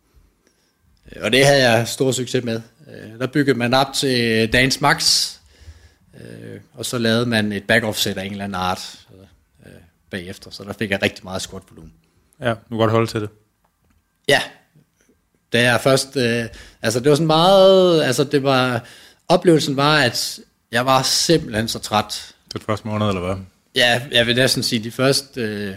uh, og det havde jeg stor succes med. Uh, der byggede man op til dagens max, uh, og så lavede man et back offset af en eller anden art uh, bagefter, så der fik jeg rigtig meget squat volumen. Ja, du kan godt holde til det. Ja, da jeg først, øh, altså det var sådan meget, altså det var, oplevelsen var, at jeg var simpelthen så træt. Det første måned, eller hvad? Ja, jeg vil næsten sige de første øh,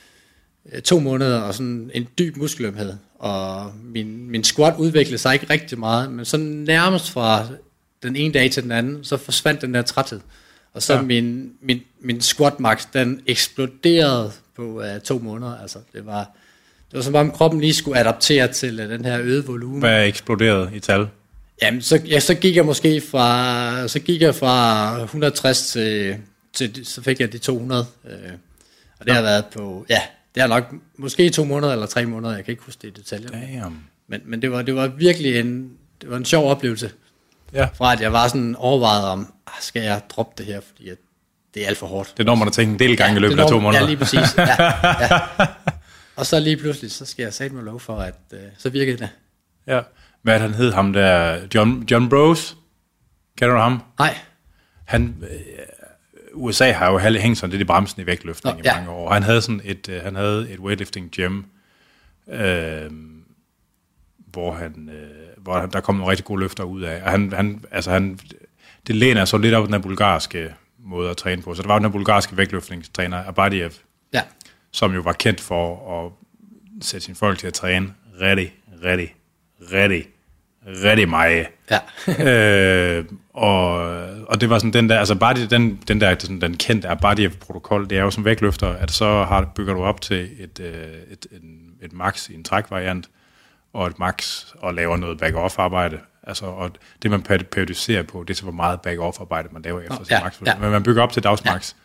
to måneder, og sådan en dyb muskelømhed, og min, min squat udviklede sig ikke rigtig meget, men så nærmest fra den ene dag til den anden, så forsvandt den der træthed, og så ja. min, min, min squat max, den eksploderede på øh, to måneder, altså det var... Det var som om kroppen lige skulle adaptere til uh, den her øgede volumen. Hvad er eksploderet i tal? Jamen, så, ja, så gik jeg måske fra, så gik jeg fra et hundrede og tres til, til så fik jeg de to hundrede. Øh, og det ja. har været på, ja, det har nok måske to måneder eller tre måneder, jeg kan ikke huske det i detaljer. Damn. Men, men det var, det var virkelig en, det var en sjov oplevelse. Ja. Fra at jeg var sådan overvejet om, skal jeg droppe det her, fordi at det er alt for hårdt. Det er når man har tænkt en del gange ja, i løbet af to måneder. Ja, lige præcis. Ja, ja. Og så lige pludselig, så skal jeg sætte mig lov for, at øh, så virkede det. Ja, hvad han hed ham der? John, John Bros? Kender du ham? Nej. Han, øh, U S A har jo hængt sådan lidt i bremsen i vægtløftning Nå, i mange ja. år. Han havde sådan et, øh, han havde et weightlifting gym, øh, hvor han, øh, hvor der kom nogle rigtig gode løfter ud af. Og han, han, altså han, det læner så lidt op den bulgarske måde at træne på. Så der var den bulgarske vægtløftningstræner, Abadiev. Ja. Som jo var kendt for at sætte sine folk til at træne rigtig, rigtig, rigtig, rigtig meget. Ja. øh, og, og det var sådan den der, altså bare den, den der, sådan, den kendte Abadiev-protokol, det er jo som vægtløfter, at så har, bygger du op til et, et, et, et max i en trækvariant, og et max og laver noget back-off-arbejde. Altså, og det man periodiserer på, det er så hvor meget back-off-arbejde man laver efter oh, sin ja, max. Ja. Men man bygger op til dagsmax. Ja.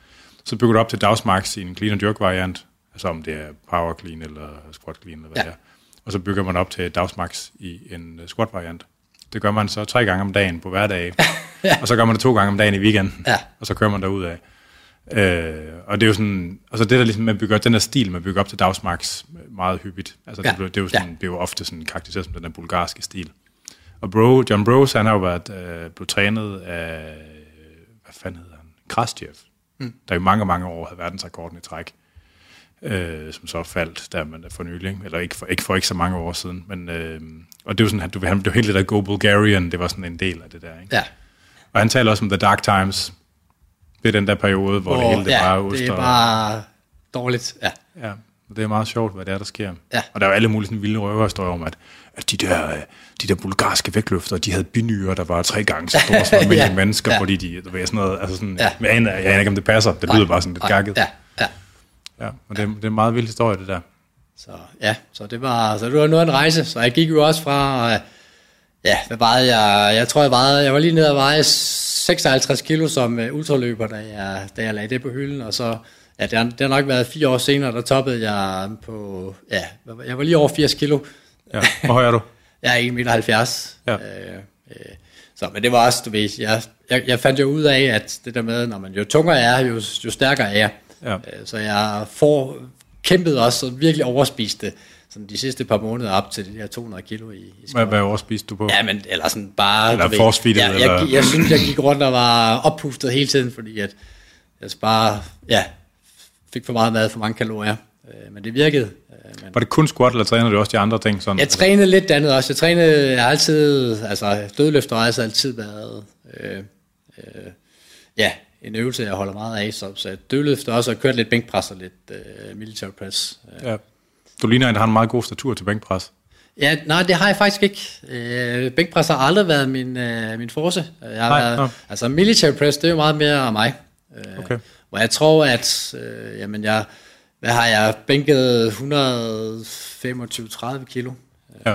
Så bygger du op til dagsmax i en clean and jerk variant, altså om det er power clean eller squat clean eller hvad ja. det er. Og så bygger man op til dagsmax i en squat variant. Det gør man så tre gange om dagen på hverdag, ja. og så gør man det to gange om dagen i weekenden, ja. og så kører man derud af. Øh, og det er jo sådan, altså det der ligesom man bygger den der stil, man bygger op til dagsmax meget hyppigt. Altså ja. det, det er jo sådan, ja. det er jo ofte sådan karakteriseret som den der bulgarske stil. Og Bro, John Brose, han har jo været øh, blevet trænet af hvad fanden hedder han? Krastjev, mm. der i mange mange år havde verdensrekorden i træk. Øh, som så faldt der man for nylig, eller ikke for, ikke for ikke så mange år siden, men øh, og det var sådan, at han blev helt det der Go Bulgarian, det var sådan en del af det der, ikke? Ja. Og han taler også om The Dark Times. Det er den der periode, hvor oh, det hele det ja, bare er det er bare dårligt. Ja. Ja, det er meget sjovt, hvad det er, der sker. Ja. Og der er jo alle mulige sådan vilde røverhistorier om, at, at de der de der bulgarske vægtløfter, de havde binyrer, der var tre gange så store som almindelige ja. mennesker, ja. fordi de, der var sådan noget, altså sådan, ja. jeg aner jeg aner ikke, om det passer. Det lyder bare sådan lidt gakket. Ja, ja. Ja, og det, det er en meget vild historie, det der. Så ja, så det var, så det var noget af en rejse. Så jeg gik jo også fra, ja, hvad vejede jeg? Jeg tror, jeg vejede, jeg var lige nede og veje seksoghalvtreds kilo som uh, ultraløber, da jeg, da jeg lagde det på hylden, og så, ja, det har, det har nok været fire år senere, der toppede jeg på, ja, jeg var lige over firs kilo. Ja, hvor høj er du? Jeg er en komma halvfjerds meter. Ja. Øh, øh, så, men det var også, du ved, jeg, jeg, jeg fandt jo ud af, at det der med, når man jo tungere er, jo, jo stærkere er jeg. Ja. Så jeg får kæmpet også og virkelig overspiste sådan de sidste par måneder op til de her to hundrede kilo i, i Hvad, hvad overspiste du på? Ja, men eller sådan bare... Eller force-feedet? Ja, jeg, eller? jeg, jeg synes, jeg gik rundt og var oppustet hele tiden, fordi at jeg bare, ja, fik for meget mad, for mange kalorier. Men det virkede. Men var det kun squat, eller trænede du også de andre ting? Sådan? Jeg trænede lidt andet også. Jeg trænede, jeg har altid, altså dødløfter har altså altid været, øh, øh, ja, en øvelse, jeg holder meget af, så, så dødløfter også, og kørt lidt bænkpres og lidt øh, military press. Ja. Du ligner en, der har en meget god statur til bænkpres. Ja, nej, det har jeg faktisk ikke. Øh, bænkpres har aldrig været min, øh, min force. Jeg har nej, været, no. Altså military press, det er jo meget mere mig. Øh, okay. Hvor jeg tror, at, øh, jamen jeg, hvad har jeg bænket, et hundrede og femogtyve til tredive kilo. Ja. Øh,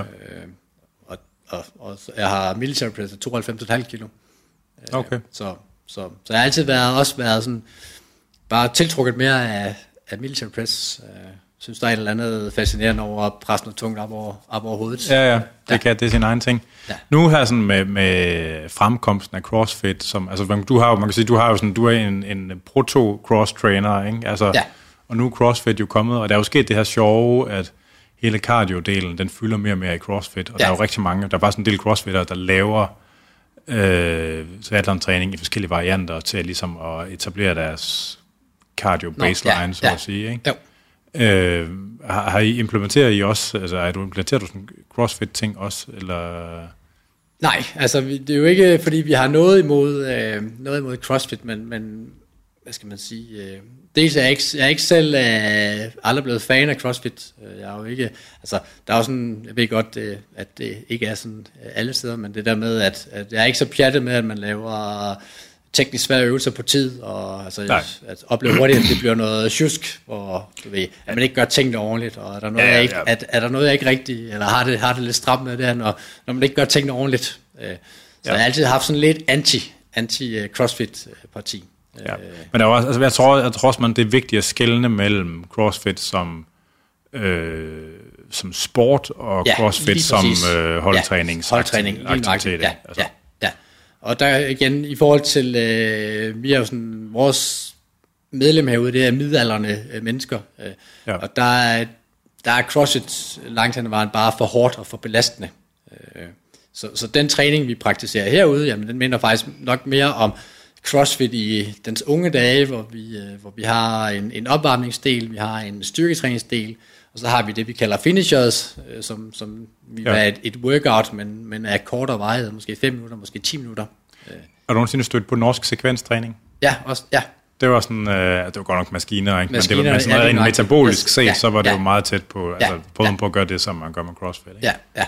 og, og, og jeg har military press af tooghalvfems komma fem kilo. Øh, okay. Så... Så, så jeg har altid været, også været sådan, bare tiltrukket mere af, af military press. Jeg synes, der er et eller andet fascinerende over at presse noget tungt op over, op over hovedet. Ja, ja, det, ja. Kan, det er sin egen ting. Ja. Nu her sådan med, med fremkomsten af CrossFit, som, altså du har jo, man kan sige, du har jo sådan, du er en, en proto-cross-trainer, ikke? Altså, ja. Og nu er CrossFit jo kommet, og der er jo sket det her sjove, at hele cardio-delen, den fylder mere og mere i CrossFit, og ja. Der er jo rigtig mange, der er bare sådan en del CrossFitter, der laver Øh, triathlon-træning i forskellige varianter til ligesom at etablere deres cardio-baseline, ja, så ja. At sige. Ikke? Øh, har, har I implementeret I også, altså har du implementeret du sådan CrossFit-ting også, eller? Nej, altså det er jo ikke, fordi vi har noget imod, øh, noget imod CrossFit, men, men hvad skal man sige, øh, dels er jeg ikke, jeg er ikke selv øh, aldrig blevet fan af CrossFit. Jeg er jo ikke, altså der er jo sådan, jeg ved godt, øh, at det ikke er sådan alle steder, men det der med, at, at jeg er ikke så pjattet med, at man laver teknisk svære øvelser på tid, og altså at, at opleve hurtigt, at det bliver noget tjusk, hvor du ved, at man ikke gør tingene ordentligt, og er der noget, ja, ja, ja. Jeg ikke, at, er der noget, jeg ikke rigtig, eller har det, har det lidt stramt med det her, når, når man ikke gør tingene ordentligt. Så ja. Jeg har altid haft sådan lidt anti, anti-CrossFit-parti. Ja. Men der er også, altså jeg tror, jeg tror også, man det er vigtigt at skelne mellem CrossFit som øh, som sport og ja, CrossFit som øh, holdtrænings ja, holdtræning, aktivitet. Ja, altså. ja, ja. Og der igen i forhold til øh, vi er jo sådan vores medlem herude, det er midaldrende øh, mennesker, øh, ja. Og der er der er CrossFit langt hen ad vejen bare for hårdt og for belastende. Øh, så så den træning vi praktiserer herude, jamen den minder faktisk nok mere om CrossFit i dens unge dage, hvor vi, øh, hvor vi har en, en opvarmningsdel, vi har en styrketræningsdel, og så har vi det, vi kalder finishers, øh, som, som vi ja. er et, et workout, men, men er kortere vejet, måske fem minutter, måske ti minutter. Har du nogensinde stødt på norsk sekvenstræning? Ja, også, ja. Det var sådan, øh, det var godt nok maskiner, ikke? Maskiner, men det var sådan ja, en metabolisk set, ja, så var det ja. jo meget tæt på, altså ja, prøven ja. på at gøre det, som man gør med CrossFit, ikke? Ja, ja.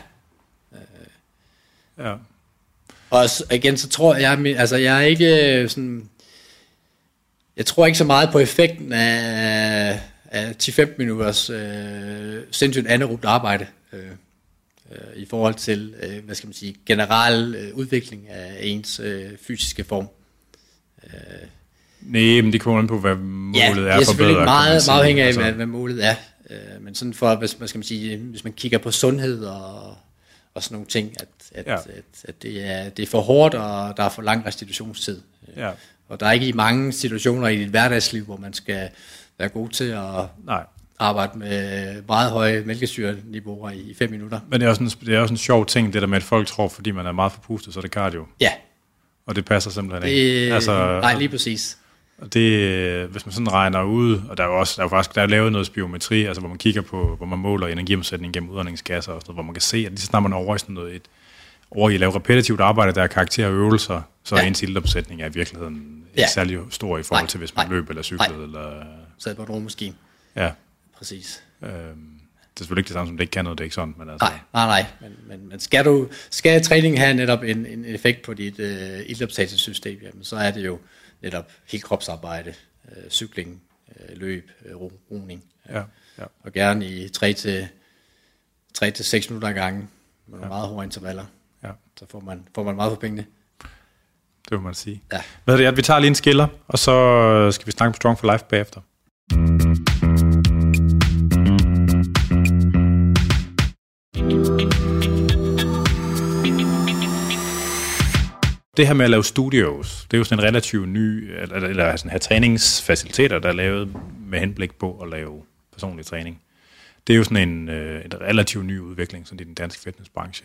Ja. Og så, igen, så tror jeg, altså jeg er ikke sådan, jeg tror ikke så meget på effekten af, af ti til femten minutters øh, sindssygt anaerobt arbejde øh, øh, i forhold til, øh, hvad skal man sige, generel øh, udvikling af ens øh, fysiske form. Øh. Nej, men det kommer an på, hvad målet ja, er at forbedre. Ja, det er selvfølgelig meget, meget afhængig af, altså. hvad, hvad målet er. Øh, men sådan for, hvis, hvad skal man sige, hvis man kigger på sundhed og, og sådan nogle ting, at, at, ja. at, at det, er, det er for hårdt, og der er for lang restitutionstid. Ja. Og der er ikke i mange situationer i dit hverdagsliv, hvor man skal være god til at Nej. arbejde med meget høje mælkesyreniveauer i fem minutter. Men det er, også en, det er også en sjov ting, det der med, at folk tror, fordi man er meget forpustet, så er det cardio. Ja. Og det passer simpelthen det, ikke. Altså, nej, lige præcis. Og det, hvis man sådan regner ud, og der er jo også der er jo faktisk der er lavet noget spiometri, altså hvor man kigger på, hvor man måler energiomsætning gennem udåndingskasser og sådan noget, hvor man kan se, at lige så snart man er over i sådan noget, et, over i at lave repetitivt arbejde, der er karakter og øvelser, så er ja. ens iltomsætning er i virkeligheden ja. ikke særlig stor i forhold nej, til, hvis man nej, løber eller cykler. Nej. Eller sad på en rummaskine. Ja. Præcis. Øhm, det er selvfølgelig ikke det samme, som det ikke kan noget, det er ikke sådan. Men altså. Nej, nej, nej. Men, men, men skal, du, skal træningen have netop en, en effekt på dit øh, iltoptagelsessystem, jamen, så er det jo netop helt kropsarbejde, øh, cykling, øh, løb, øh, ro, roning. Ja, ja. Og gerne i tre til seks minutter ad gangen, med ja. meget hårde intervaller. Ja. Så får man, får man meget for pengene. Det vil man sige. Ja. Hvad er det, at vi tager lige en skiller, og så skal vi snakke på Strong for Life bagefter. Det her med at lave studios, det er jo sådan en relativt ny, eller, eller sådan her træningsfaciliteter, der er lavet med henblik på at lave personlig træning. Det er jo sådan en, øh, en relativt ny udvikling sådan i den danske fitnessbranche.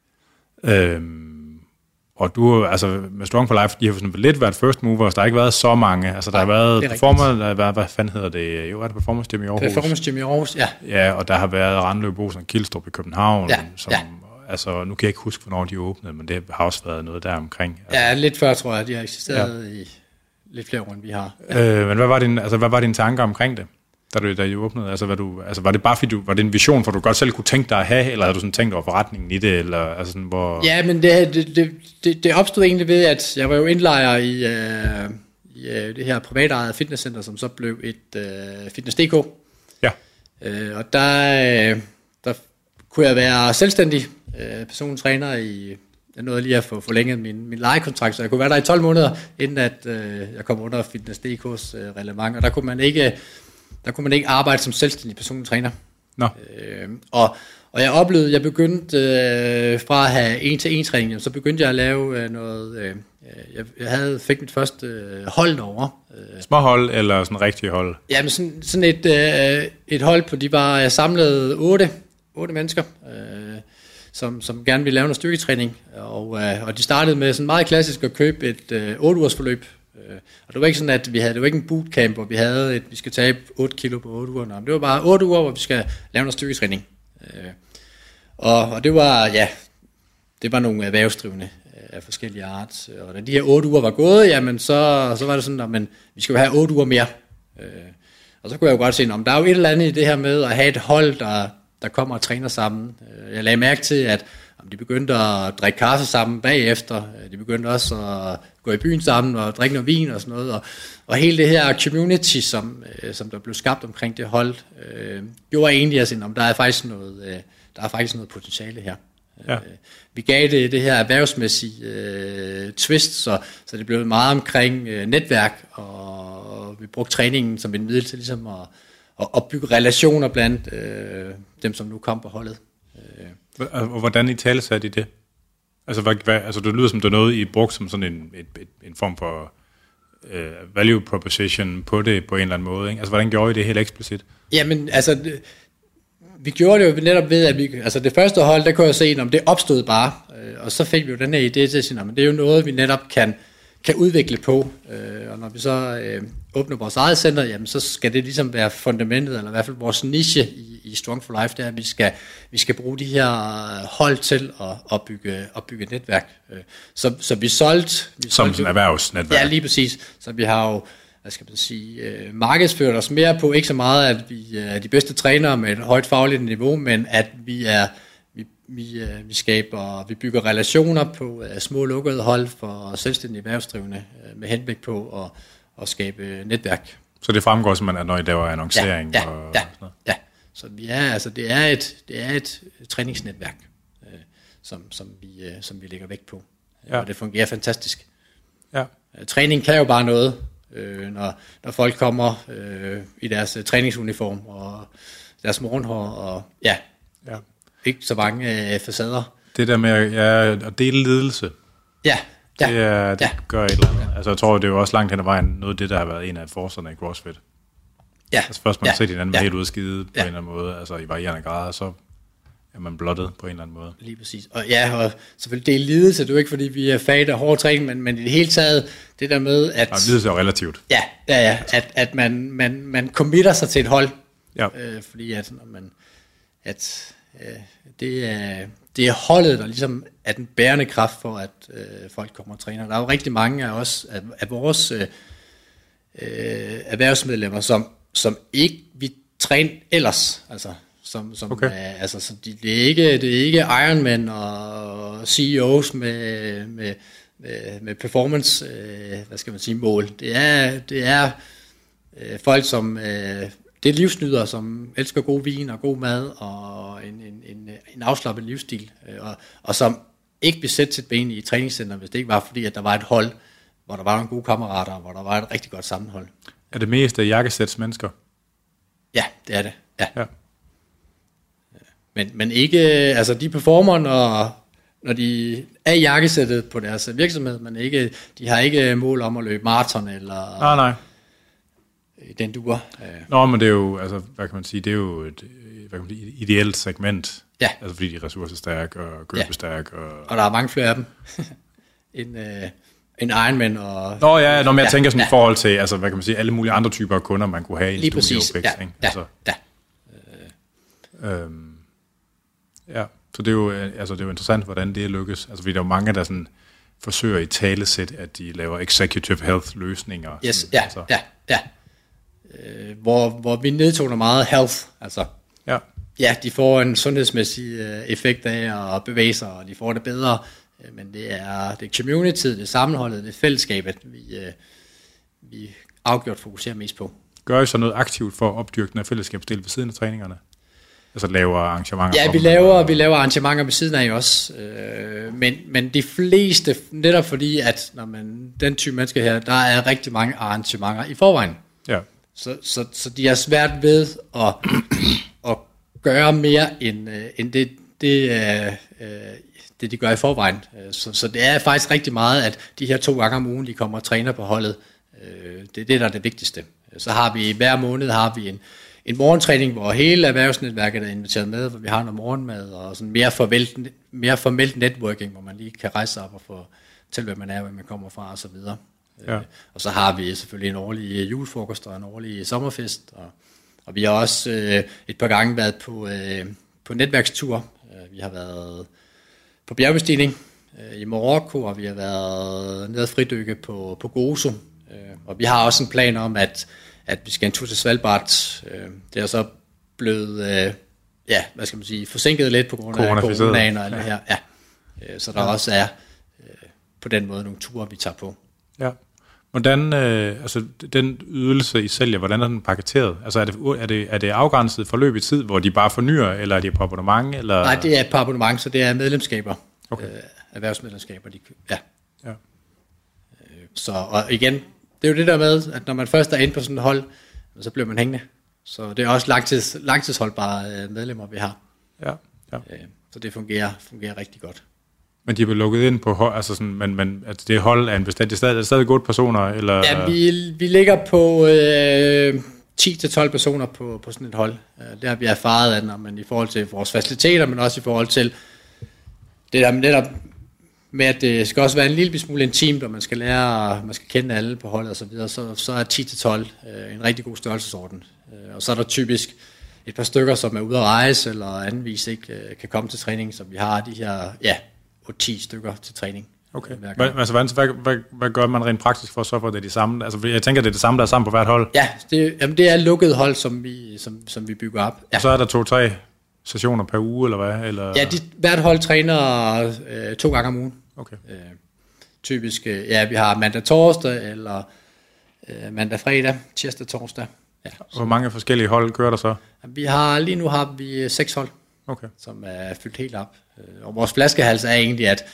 Øhm, og du, altså med Strong for Life, de har sådan lidt været first movers, der har ikke været så mange. Altså der har været performance, hvad, hvad fanden hedder det? Jo, er det Performance Gym i Aarhus? Performance Gym i Aarhus, ja. Ja, og der har været Randløb Bosen og Kilstrup i København, ja, som... Ja. Altså, nu kan jeg ikke huske, hvornår de åbnede, men det har også været noget der omkring. Altså. Ja, lidt før, tror jeg. De har eksisteret ja. i lidt flere år, end vi har. Ja. Øh, men hvad var, din, altså, hvad var dine tanker omkring det, da du, da I åbnede? Altså, hvad du, altså, var det bare fordi, du, var det en vision, for du godt selv kunne tænke dig at have, eller havde du sådan tænkt over forretningen i det? Eller, altså sådan, hvor... Ja, men det, det, det, det opstod egentlig ved, at jeg var jo indlejer i, uh, i uh, det her privatejede fitnesscenter, som så blev et uh, Fitness punktum d k. Ja. Uh, og der, uh, der kunne jeg være selvstændig personlig træner i, jeg nåede lige at få forlænget min, min lejekontrakt, så jeg kunne være der i tolv måneder, inden at øh, jeg kom under Fitness punktum d k's øh, reglement, og der kunne man ikke, der kunne man ikke arbejde som selvstændig personlig træner. No. Øh, og, og jeg oplevede, jeg begyndte øh, fra at have en-til-en træning, så begyndte jeg at lave øh, noget, øh, jeg, jeg havde, fik mit første øh, hold derovre. Øh, Små hold eller sådan rigtig hold? Jamen sådan, sådan et, øh, et hold på, de var, jeg samlede otte, otte mennesker, øh, Som, som gerne ville lave noget styrketræning, og, øh, og de startede med sådan meget klassisk at købe et øh, otte ugers forløb, øh, og det var ikke sådan, at vi havde, det var ikke en bootcamp, hvor vi havde et, vi skal tabe otte kilo på otte uger, nej, det var bare otte uger, hvor vi skal lave noget styrketræning, øh, og, og det var, ja, det var nogle erhvervsdrivende af forskellige art, og da de her otte uger var gået, jamen så, så var det sådan, at men, vi skal jo have otte uger mere, øh, og så kunne jeg jo godt se, om der er jo et eller andet i det her med at have et hold, der der kommer og træner sammen. Jeg lagde mærke til, at de begyndte at drikke kaffe sammen bagefter. De begyndte også at gå i byen sammen og drikke noget vin og sådan noget. Og, og hele det her community, som, som der blev skabt omkring det hold, øh, gjorde egentlig, at der er faktisk noget, øh, der er faktisk noget potentiale her. Ja. Vi gav det det her erhvervsmæssige øh, twist, så, så det blev meget omkring øh, netværk, og vi brugte træningen som en middel til ligesom at og, og bygge relationer blandt øh, dem, som nu kom på holdet. Øh. Og hvordan i tale satte I det? Altså, hvad, hvad, altså, det lyder som, det er noget, I brugte som sådan en, et, et, en form for øh, value proposition på det på en eller anden måde, ikke? Altså, hvordan gjorde I det helt eksplicit? Jamen, altså, det, vi gjorde det jo netop ved, at vi, altså det første hold, der kunne jeg se, om det opstod bare, øh, og så fik vi jo den her idé til at sige, men det er jo noget, vi netop kan, kan udvikle på, øh, og når vi så øh, åbner vores eget center, jamen så skal det ligesom være fundamentet, eller i hvert fald vores niche i, i Strong for Life, det er, at vi skal, vi skal bruge de her hold til at opbygge, opbygge netværk. Så, så vi solgte... Vi Som solgte, sådan erhvervsnetværk. Ja, lige præcis. Så vi har jo, hvad skal man sige, øh, markedsført os mere på, ikke så meget, at vi er de bedste trænere med et højt fagligt niveau, men at vi er... Vi, vi, vi skaber, vi bygger relationer på uh, små lukkede hold for selvstændige erhvervsdrivende uh, med henblik på at, at skabe netværk. Så det fremgår simpelthen, når I laver annoncering? Ja, ja, og ja, sådan noget. ja. Så vi er, altså, det er et, det er et træningsnetværk, uh, som, som, vi, uh, som vi lægger vægt på. Ja. Og det fungerer fantastisk. Ja. Uh, træning kan jo bare noget, øh, når, når folk kommer øh, i deres øh, træningsuniform og deres morgenhår, og ja, ja. ikke så mange øh, facader. Det der med at, ja, at dele ledelse, ja, ja. det, er, det ja. gør et eller andet. Ja. Altså jeg tror, det er jo også langt hen ad vejen noget af det, der har været en af forserne i CrossFit. Ja. Altså først man ja. har set hinanden ja. helt udskide på ja. en eller anden måde, altså i varierende grader, så er man blottet på en eller anden måde. Lige præcis. Og ja, og selvfølgelig det er lidelse, det er jo ikke fordi vi er fag af hård træning, men, men i det hele taget, det der med at... Ja, lidelse er jo relativt. Ja, ja, ja at, at man, man, man committer sig til et hold, ja. øh, fordi at, når man, at øh, det, er, det er holdet, der ligesom er den bærende kraft for, at øh, folk kommer og træner. Der er jo rigtig mange af os, af, af vores øh, øh, erhvervsmedlemmer, som, som ikke vi træner ellers, altså som, som okay. er, altså så de, det er ikke det er ikke Ironman og C E Os med med med, med performance øh, hvad skal man sige mål. Det er det er øh, folk som øh, det er livsnydere, som elsker god vin og god mad og en en en, en afslappet livsstil øh, og og som ikke vil sætte sit ben i et træningscenter, hvis det ikke var fordi at der var et hold, hvor der var nogle gode kammerater, hvor der var et rigtig godt sammenhold. Er det mest af jakkesæts mennesker? Ja, det er det. Ja. ja. Men, men ikke, altså de performer, når, når de er i jakkesættet på deres virksomhed, men ikke, de har ikke mål om at løbe maraton eller nej, nej. den duer. Nå, men det er jo, altså, hvad kan man sige, det er jo et, hvad kan man sige, ideelt segment. Ja. Altså fordi de er ressourcestærke og købestærke. Og... og der er mange flere af dem. en, øh, en Ironman og... Nå ja, når jeg ja, tænker sådan ja. i forhold til, altså hvad kan man sige, alle mulige andre typer af kunder, man kunne have i en lige studio. præcis, ja, ikke? ja, Altså, ja. Øh, øhm, ja, så det er jo, altså det er jo interessant, hvordan det lykkes. Altså fordi der er jo mange, der sådan forsøger i talesæt, at de laver executive health løsninger. Yes, sådan, ja, altså. ja, ja. Øh, hvor, hvor vi nedtoner meget health, altså. Ja. Ja, de får en sundhedsmæssig øh, effekt af at bevæge sig, og de får det bedre, øh, men det er det er community, det er sammenholdet, det er fællesskabet, vi, øh, vi afgjort fokuserer mest på. Gør I så noget aktivt for at opdyrke den her fællesskabsdel ved siden af træningerne? Altså laver arrangementer? Ja, vi laver, vi laver arrangementer ved siden af også, øh, men, men de fleste, netop fordi, at når man, den type mennesker her, der er rigtig mange arrangementer i forvejen. Ja. Så, så, så de har svært ved at, at gøre mere end, end det, det, øh, det, de gør i forvejen. Så, så det er faktisk rigtig meget, at de her to gange om ugen, de kommer og træner på holdet. Det er det, der er det vigtigste. Så har vi hver måned har vi en, en morgentræning, hvor hele erhvervsnetværket er inviteret med, hvor vi har noget morgenmad og sådan mere formelt, mere formelt networking, hvor man lige kan rejse sig op og få til, hvad man er, hvor man kommer fra og så videre. Ja. Og så har vi selvfølgelig en årlig julefrokost og en årlig sommerfest, og, og vi har også øh, et par gange været på, øh, på netværkstur. Vi har været på bjergbestigning øh, i Marokko, og vi har været nede at fridykke på, på Gozo. Øh, og vi har også en plan om, at, at vi skal en tur til Svalbard. Øh, det er så blevet, øh, ja, hvad skal man sige, forsinket lidt på grund af coronaen og alt det her. Ja. Øh, så der ja. også er øh, på den måde nogle ture, vi tager på. Ja. Hvordan, øh, altså den ydelse I sælger, hvordan er den paketeret? Altså er det, er det, er det afgrænset forløb i tid, hvor de bare fornyer, eller er det på abonnement? Eller? Nej, det er på abonnement, så det er medlemskaber. Okay. Øh, erhvervsmedlemskaber, de ja. ja. Øh, så, og igen, det er jo det der med, at når man først er inde på sådan et hold, så bliver man hængende. Så det er også langtids, langtidsholdbare medlemmer, vi har. Ja. Ja. Øh, så det fungerer, fungerer rigtig godt. Men de er blevet lukket ind på hold, altså sådan, men, men at det hold er en bestemt, det er stadig, er det stadig otte personer, eller? Ja, vi, vi ligger på øh, ti til tolv personer på, på sådan et hold. Det har vi erfaret, at når man i forhold til vores faciliteter, men også i forhold til det der netop med, at det skal også være en lille smule intimt, og man skal lære, man skal kende alle på holdet og så videre, så, så er ti til tolv øh, en rigtig god størrelsesorden. Og så er der typisk et par stykker, som er ude at rejse, eller andenvis ikke øh, kan komme til træning, så vi har de her, ja, otte ti stykker til træning. Okay. Hvad, altså, hvad, hvad, hvad gør man rent praktisk for at sørge for, at det er de samme? Altså, jeg tænker, det er det samme, der er sammen på hvert hold. Ja, det, jamen, det er lukket hold, som vi, som, som vi bygger op. Ja. Og så er der to-tre sessioner per uge, eller hvad? Eller? Ja, de, hvert hold træner øh, to gange om ugen. Okay. Øh, typisk, øh, ja, vi har mandag-torsdag, eller øh, mandag-fredag, tirsdag-torsdag. Ja. Hvor mange forskellige hold kører der så? Vi har, lige nu har vi seks hold, okay. som er fyldt helt op. Og vores flaskehals er egentlig, at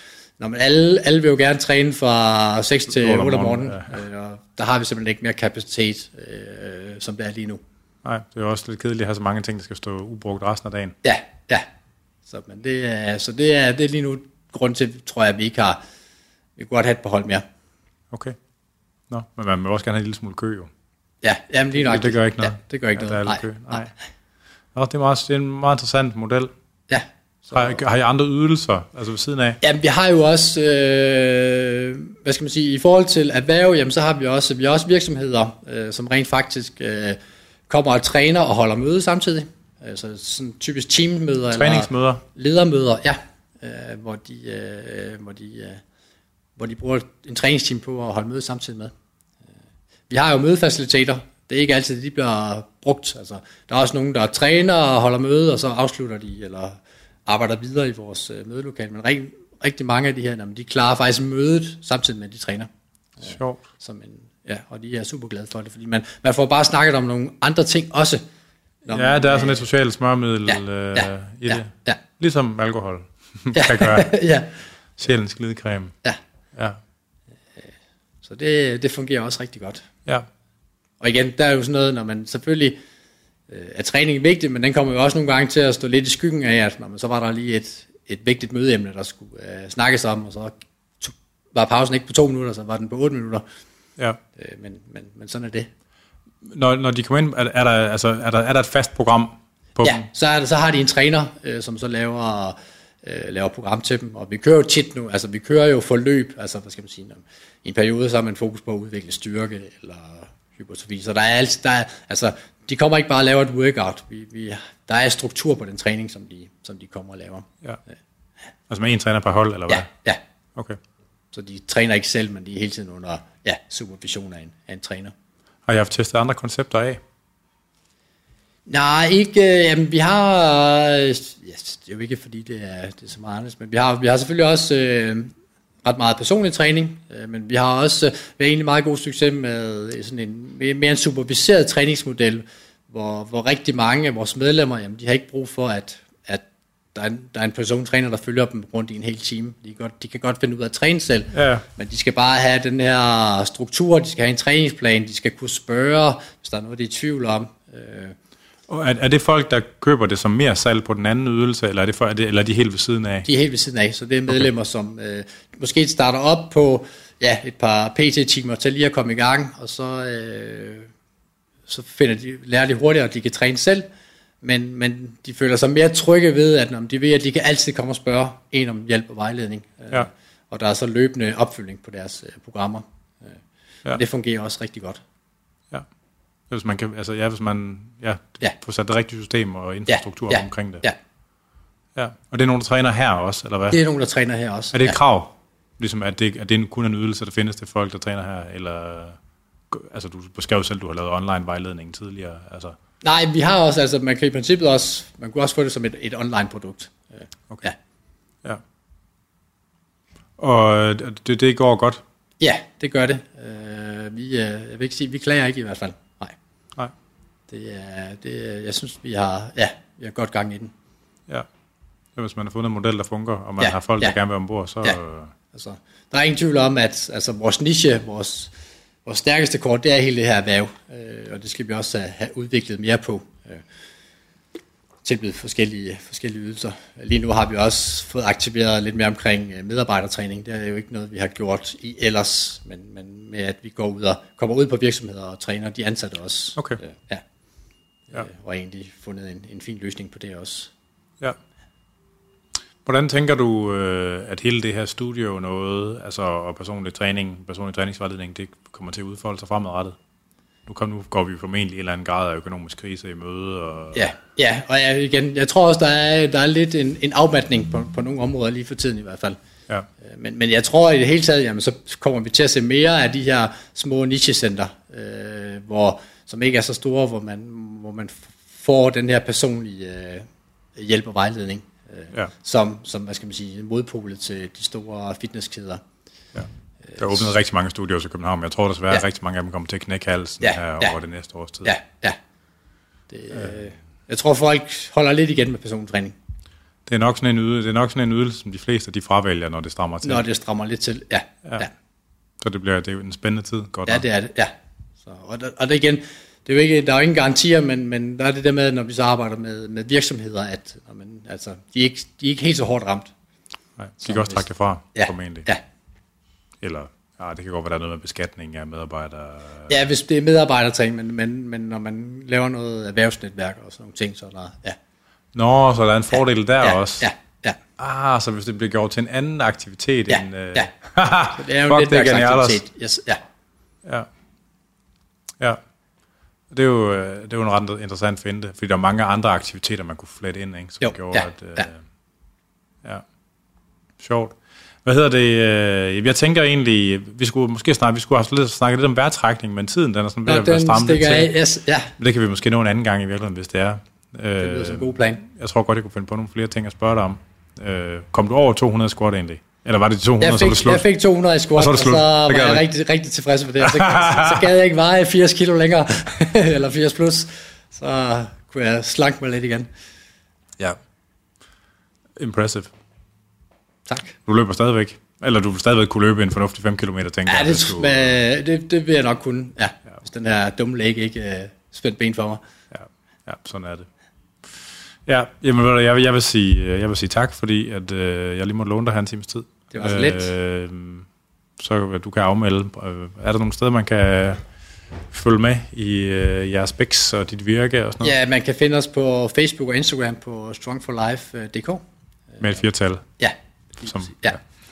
når man alle, alle vil jo gerne træne fra seks til otte om morgenen, ja. øh, og der har vi simpelthen ikke mere kapacitet, øh, som det er lige nu. Nej, det er jo også lidt kedeligt at have så mange ting, der skal stå ubrugt resten af dagen. Ja, ja. Så, men det er, så det er, det er lige nu grund til, tror jeg, at vi ikke har, vi kunne godt have et par hold mere. Okay. Nå, men man vil også gerne have en lille smule kø jo. Ja, jamen lige nok. Det, det gør ikke noget. Ja, det gør ikke ja, noget. Der er lidt kø. Nej. Nå, det er, meget, det er en meget interessant model. Ja. Så, har, har I andre ydelser, altså ved siden af? Jamen, vi har jo også, øh, hvad skal man sige, i forhold til erhverv, jamen, så har vi også, vi har også virksomheder, øh, som rent faktisk øh, kommer og træner og holder møde samtidig. Altså sådan typisk teammøder. Træningsmøder? Eller ledermøder, ja. Øh, hvor, de, øh, hvor, de, øh, hvor de bruger en træningsteam på at holde møde samtidig med. Vi har jo mødefaciliteter. Det er ikke altid, at de bliver brugt. Altså, der er også nogen, der træner og holder møde, og så afslutter de, eller arbejder videre i vores øh, mødelokale. Men rigtig, rigtig mange af de her, jamen, de klarer faktisk mødet, samtidig med, at de træner. Sjovt. Øh, som en, ja, og de er super glade for det, fordi man, man får bare snakket om nogle andre ting også. Ja, man, der er sådan et socialt smørmiddel ja, øh, ja, i ja, det. Ja. Ligesom alkohol kan gøre. Ja. Sjælens glidecreme. Ja. Ja. Så det, det fungerer også rigtig godt. Ja. Og igen, der er jo sådan noget, når man selvfølgelig øh, er træning vigtigt, men den kommer jo også nogle gange til at stå lidt i skyggen af, at når man, så var der lige et, et vigtigt mødeemne, der skulle øh, snakkes om, og så to, var pausen ikke på to minutter, så var den på otte minutter. Ja. Øh, men, men, men sådan er det. Når, når de kommer ind, er, er, der, altså, er, der, er der et fast program på ja, dem? så, er der, så har de en træner, øh, som så laver, øh, laver program til dem, og vi kører jo tit nu, altså vi kører jo forløb, altså hvad skal man sige, når, i en periode så har man fokus på at udvikle styrke, eller hypertrofi, så der er altid, der er, altså de kommer ikke bare og laver et workout, vi, vi, der er struktur på den træning, som de, som de kommer og laver. Ja. Ja. Altså med en træner per hold, eller hvad? Ja, ja. Okay. Så de træner ikke selv, men de er hele tiden under ja, supervision af en, af en træner. Har I haft testet andre koncepter af? Nej, ikke. Øh, jamen, vi har, øh, ja, det er jo ikke fordi det er, det er så meget andet, men vi har, vi har selvfølgelig også øh, ret meget personlig træning, øh, men vi har også øh, været egentlig meget god succes med sådan en mere en superviseret træningsmodel, hvor, hvor rigtig mange af vores medlemmer, jamen, de har ikke brug for, at, at der, er en, der er en personlig træner, der følger dem rundt i en hel time. De, godt, de kan godt finde ud af at træne selv, ja. Men de skal bare have den her struktur, de skal have en træningsplan, de skal kunne spørge, hvis der er noget, de er i tvivl om. Øh, Og er, er det folk, der køber det som mere salg på den anden ydelse, eller er, det for, er, det, eller er de helt ved siden af? De er helt ved siden af, så det er medlemmer, okay. som øh, måske starter op på ja, et par P T-timer til lige at komme i gang, og så, øh, så finder de, lærer de hurtigere, at de kan træne selv, men, men de føler sig mere trygge ved, at når de ved, at de kan altid komme og spørge en om hjælp og vejledning, øh, ja. og der er så løbende opfølgning på deres øh, programmer. Øh, ja. Det fungerer også rigtig godt. Ja. Hvis man kan, altså ja, hvis man ja, ja. får sat det rigtige system og infrastruktur ja. Ja. omkring det. Ja. Ja. Og det er nogen, der træner her også, eller hvad? Det er nogen, der træner her også. Er det et ja. krav? Ligesom at det, at det kun er en ydelse, der findes til folk, der træner her, eller altså du beskrev jo selv, du har lavet online vejledning tidligere, altså. Nej, vi har også, altså man kan i princippet også, man kunne også få det som et, et online produkt. Okay. Ja. Ja. Og det, det går godt? Ja, det gør det. Uh, vi, uh, jeg vil ikke sige, vi klager ikke i hvert fald. Nej. Nej. Det er, det, jeg synes, vi har, ja, vi har godt gang i den. Ja. Hvis man har fundet en model, der fungerer, og man ja, har folk, ja. der gerne vil ombord, så... Ja. Altså, der er ingen tvivl om, at altså, vores niche, vores, vores stærkeste kort, det er hele det her erhverv, øh, og det skal vi også have, have udviklet mere på. Øh, tilbyde forskellige, forskellige ydelser. Lige nu har vi også fået aktiveret lidt mere omkring øh, medarbejdertræning. Det er jo ikke noget, vi har gjort i ellers, men, men med at vi går ud og kommer ud på virksomheder og træner de ansatte også. Okay. Øh, ja. Ja. Øh, og egentlig fundet en, en fin løsning på det også. Ja. Hvordan tænker du, at hele det her studio noget, altså og personlig træning, personlig træningsvejledning, det kommer til at udfolde sig fremadrettet? Nu, kom, nu går vi formentlig en eller anden grad af økonomisk krise i møde. Og ja, ja, og jeg, igen, jeg tror også, der er, der er lidt en, en afmatning på, på nogle områder lige for tiden i hvert fald. Ja. Men, men jeg tror i det hele taget, jamen, så kommer vi til at se mere af de her små nichecenter, øh, hvor, som ikke er så store, hvor man, hvor man får den her personlige øh, hjælp og vejledning. Ja. Som, som, hvad skal man sige, modpolet til de store fitnesskæder. Ja. Der er åbnet rigtig mange studier i København, men jeg tror desværre, ja. at rigtig mange af dem kommer til at knække halsen ja. her ja. over det næste års tid. Ja, ja. Det, øh. Jeg tror, folk holder lidt igen med persontræning. Det er nok sådan en ydelse, det er nok sådan en ydelse, som de fleste de fravælger, når det strammer til. Når det strammer lidt til, ja. ja. ja. Så det bliver det er jo en spændende tid, godt Ja, nok. det er det, ja. Så, og, der, og det igen, det er jo ikke, der er jo ingen garantier, men, men der er det der med, når vi så arbejder med, med virksomheder, at man, altså, de, er ikke, de er ikke helt så hårdt ramt. Nej, de kan også trække det fra, ja, formentlig. Ja. Eller, ja, det kan godt være, der er noget med beskatning af medarbejdere. Ja, hvis det er medarbejderting, men, men, men når man laver noget erhvervsnetværk og sådan nogle ting, så er der, ja. Nå, så der er en fordel ja, der ja, også. Ja, ja. Ah, så hvis det bliver gjort til en anden aktivitet ja, end... Øh... Ja, så det er jo en netværksaktivitet. Yes, ja. Ja. Ja. Det er jo, det er jo en ret interessant finte, fordi der er mange andre aktiviteter, man kunne flette ind, ikke? Som jo, gjorde, ja, at... Øh... ja. Ja. Sjovt. Hvad hedder det? Jeg tænker egentlig, vi skulle måske snart, vi skulle have snakke lidt om vejrtrækning, men tiden den er sådan ved at være strammet lidt til. Yes, ja. Det kan vi måske nå en anden gang i virkeligheden, hvis det er. Det lyder som en god plan. Jeg tror godt, jeg kunne finde på nogle flere ting at spørge dig om. Kom du over to hundrede squat egentlig? Eller var det de to hundrede, jeg fik, så var det slut? Jeg fik to hundrede i squat, og så, og så var jeg, jeg rigtig, rigtig tilfreds med det. Så, så gad jeg ikke veje firs kilo længere, eller firs plus. Så kunne jeg slanke mig lidt igen. Ja. Impressive. Tak. Du løber stadigvæk? Eller du vil stadigvæk kunne løbe en fornuftig fem kilometer, tænker ja, jeg. Det, du... det, det vil jeg nok kunne, ja. ja. Hvis den her dumme læg ikke uh, spændt ben for mig. Ja, ja, sådan er det. Ja, jamen, jeg, vil, jeg, vil sige, jeg vil sige tak, fordi at, øh, jeg lige måtte låne dig her en times tid. Det var så let. Øh, så du kan afmelde. Er der nogle steder, man kan følge med i øh, jeres bæks og dit virke og sådan noget? Ja, man kan finde os på Facebook og Instagram på strong for life punktum d k. Med et firtal? Ja. Som, ja.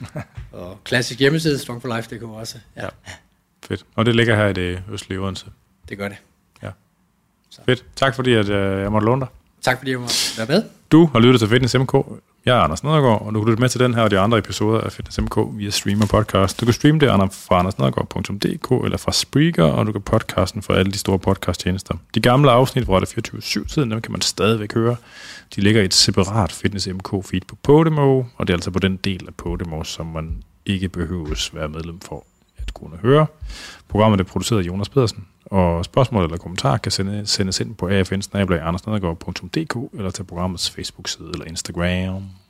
Og klassisk hjemmeside, strong for life punktum d k også. Ja. Ja. Fedt. Og det ligger her i det østlige Odense? Det gør det. Ja. Så. Fedt. Tak fordi at, øh, jeg måtte låne dig. Tak fordi jeg måtte være med. Du har lyttet til Fitness M K. Jeg er Anders Nedergaard, og du kan lytte med til den her og de andre episoder af Fitness M K via stream og podcast. Du kan streame det fra andersnedergaard punktum d k eller fra Spreaker, og du kan podcasten fra alle de store podcasttjenester. De gamle afsnit fra det fireogtyve syv-tiden, dem kan man stadigvæk høre. De ligger i et separat Fitness M K-feed på Podimo, og det er altså på den del af Podimo, som man ikke behøves være medlem for at kunne høre. Programmet er produceret af Jonas Pedersen, og spørgsmål eller kommentarer kan sende, sendes ind på a f n bindestreg andersnedergaard punktum d k eller til programmets Facebook-side eller Instagram.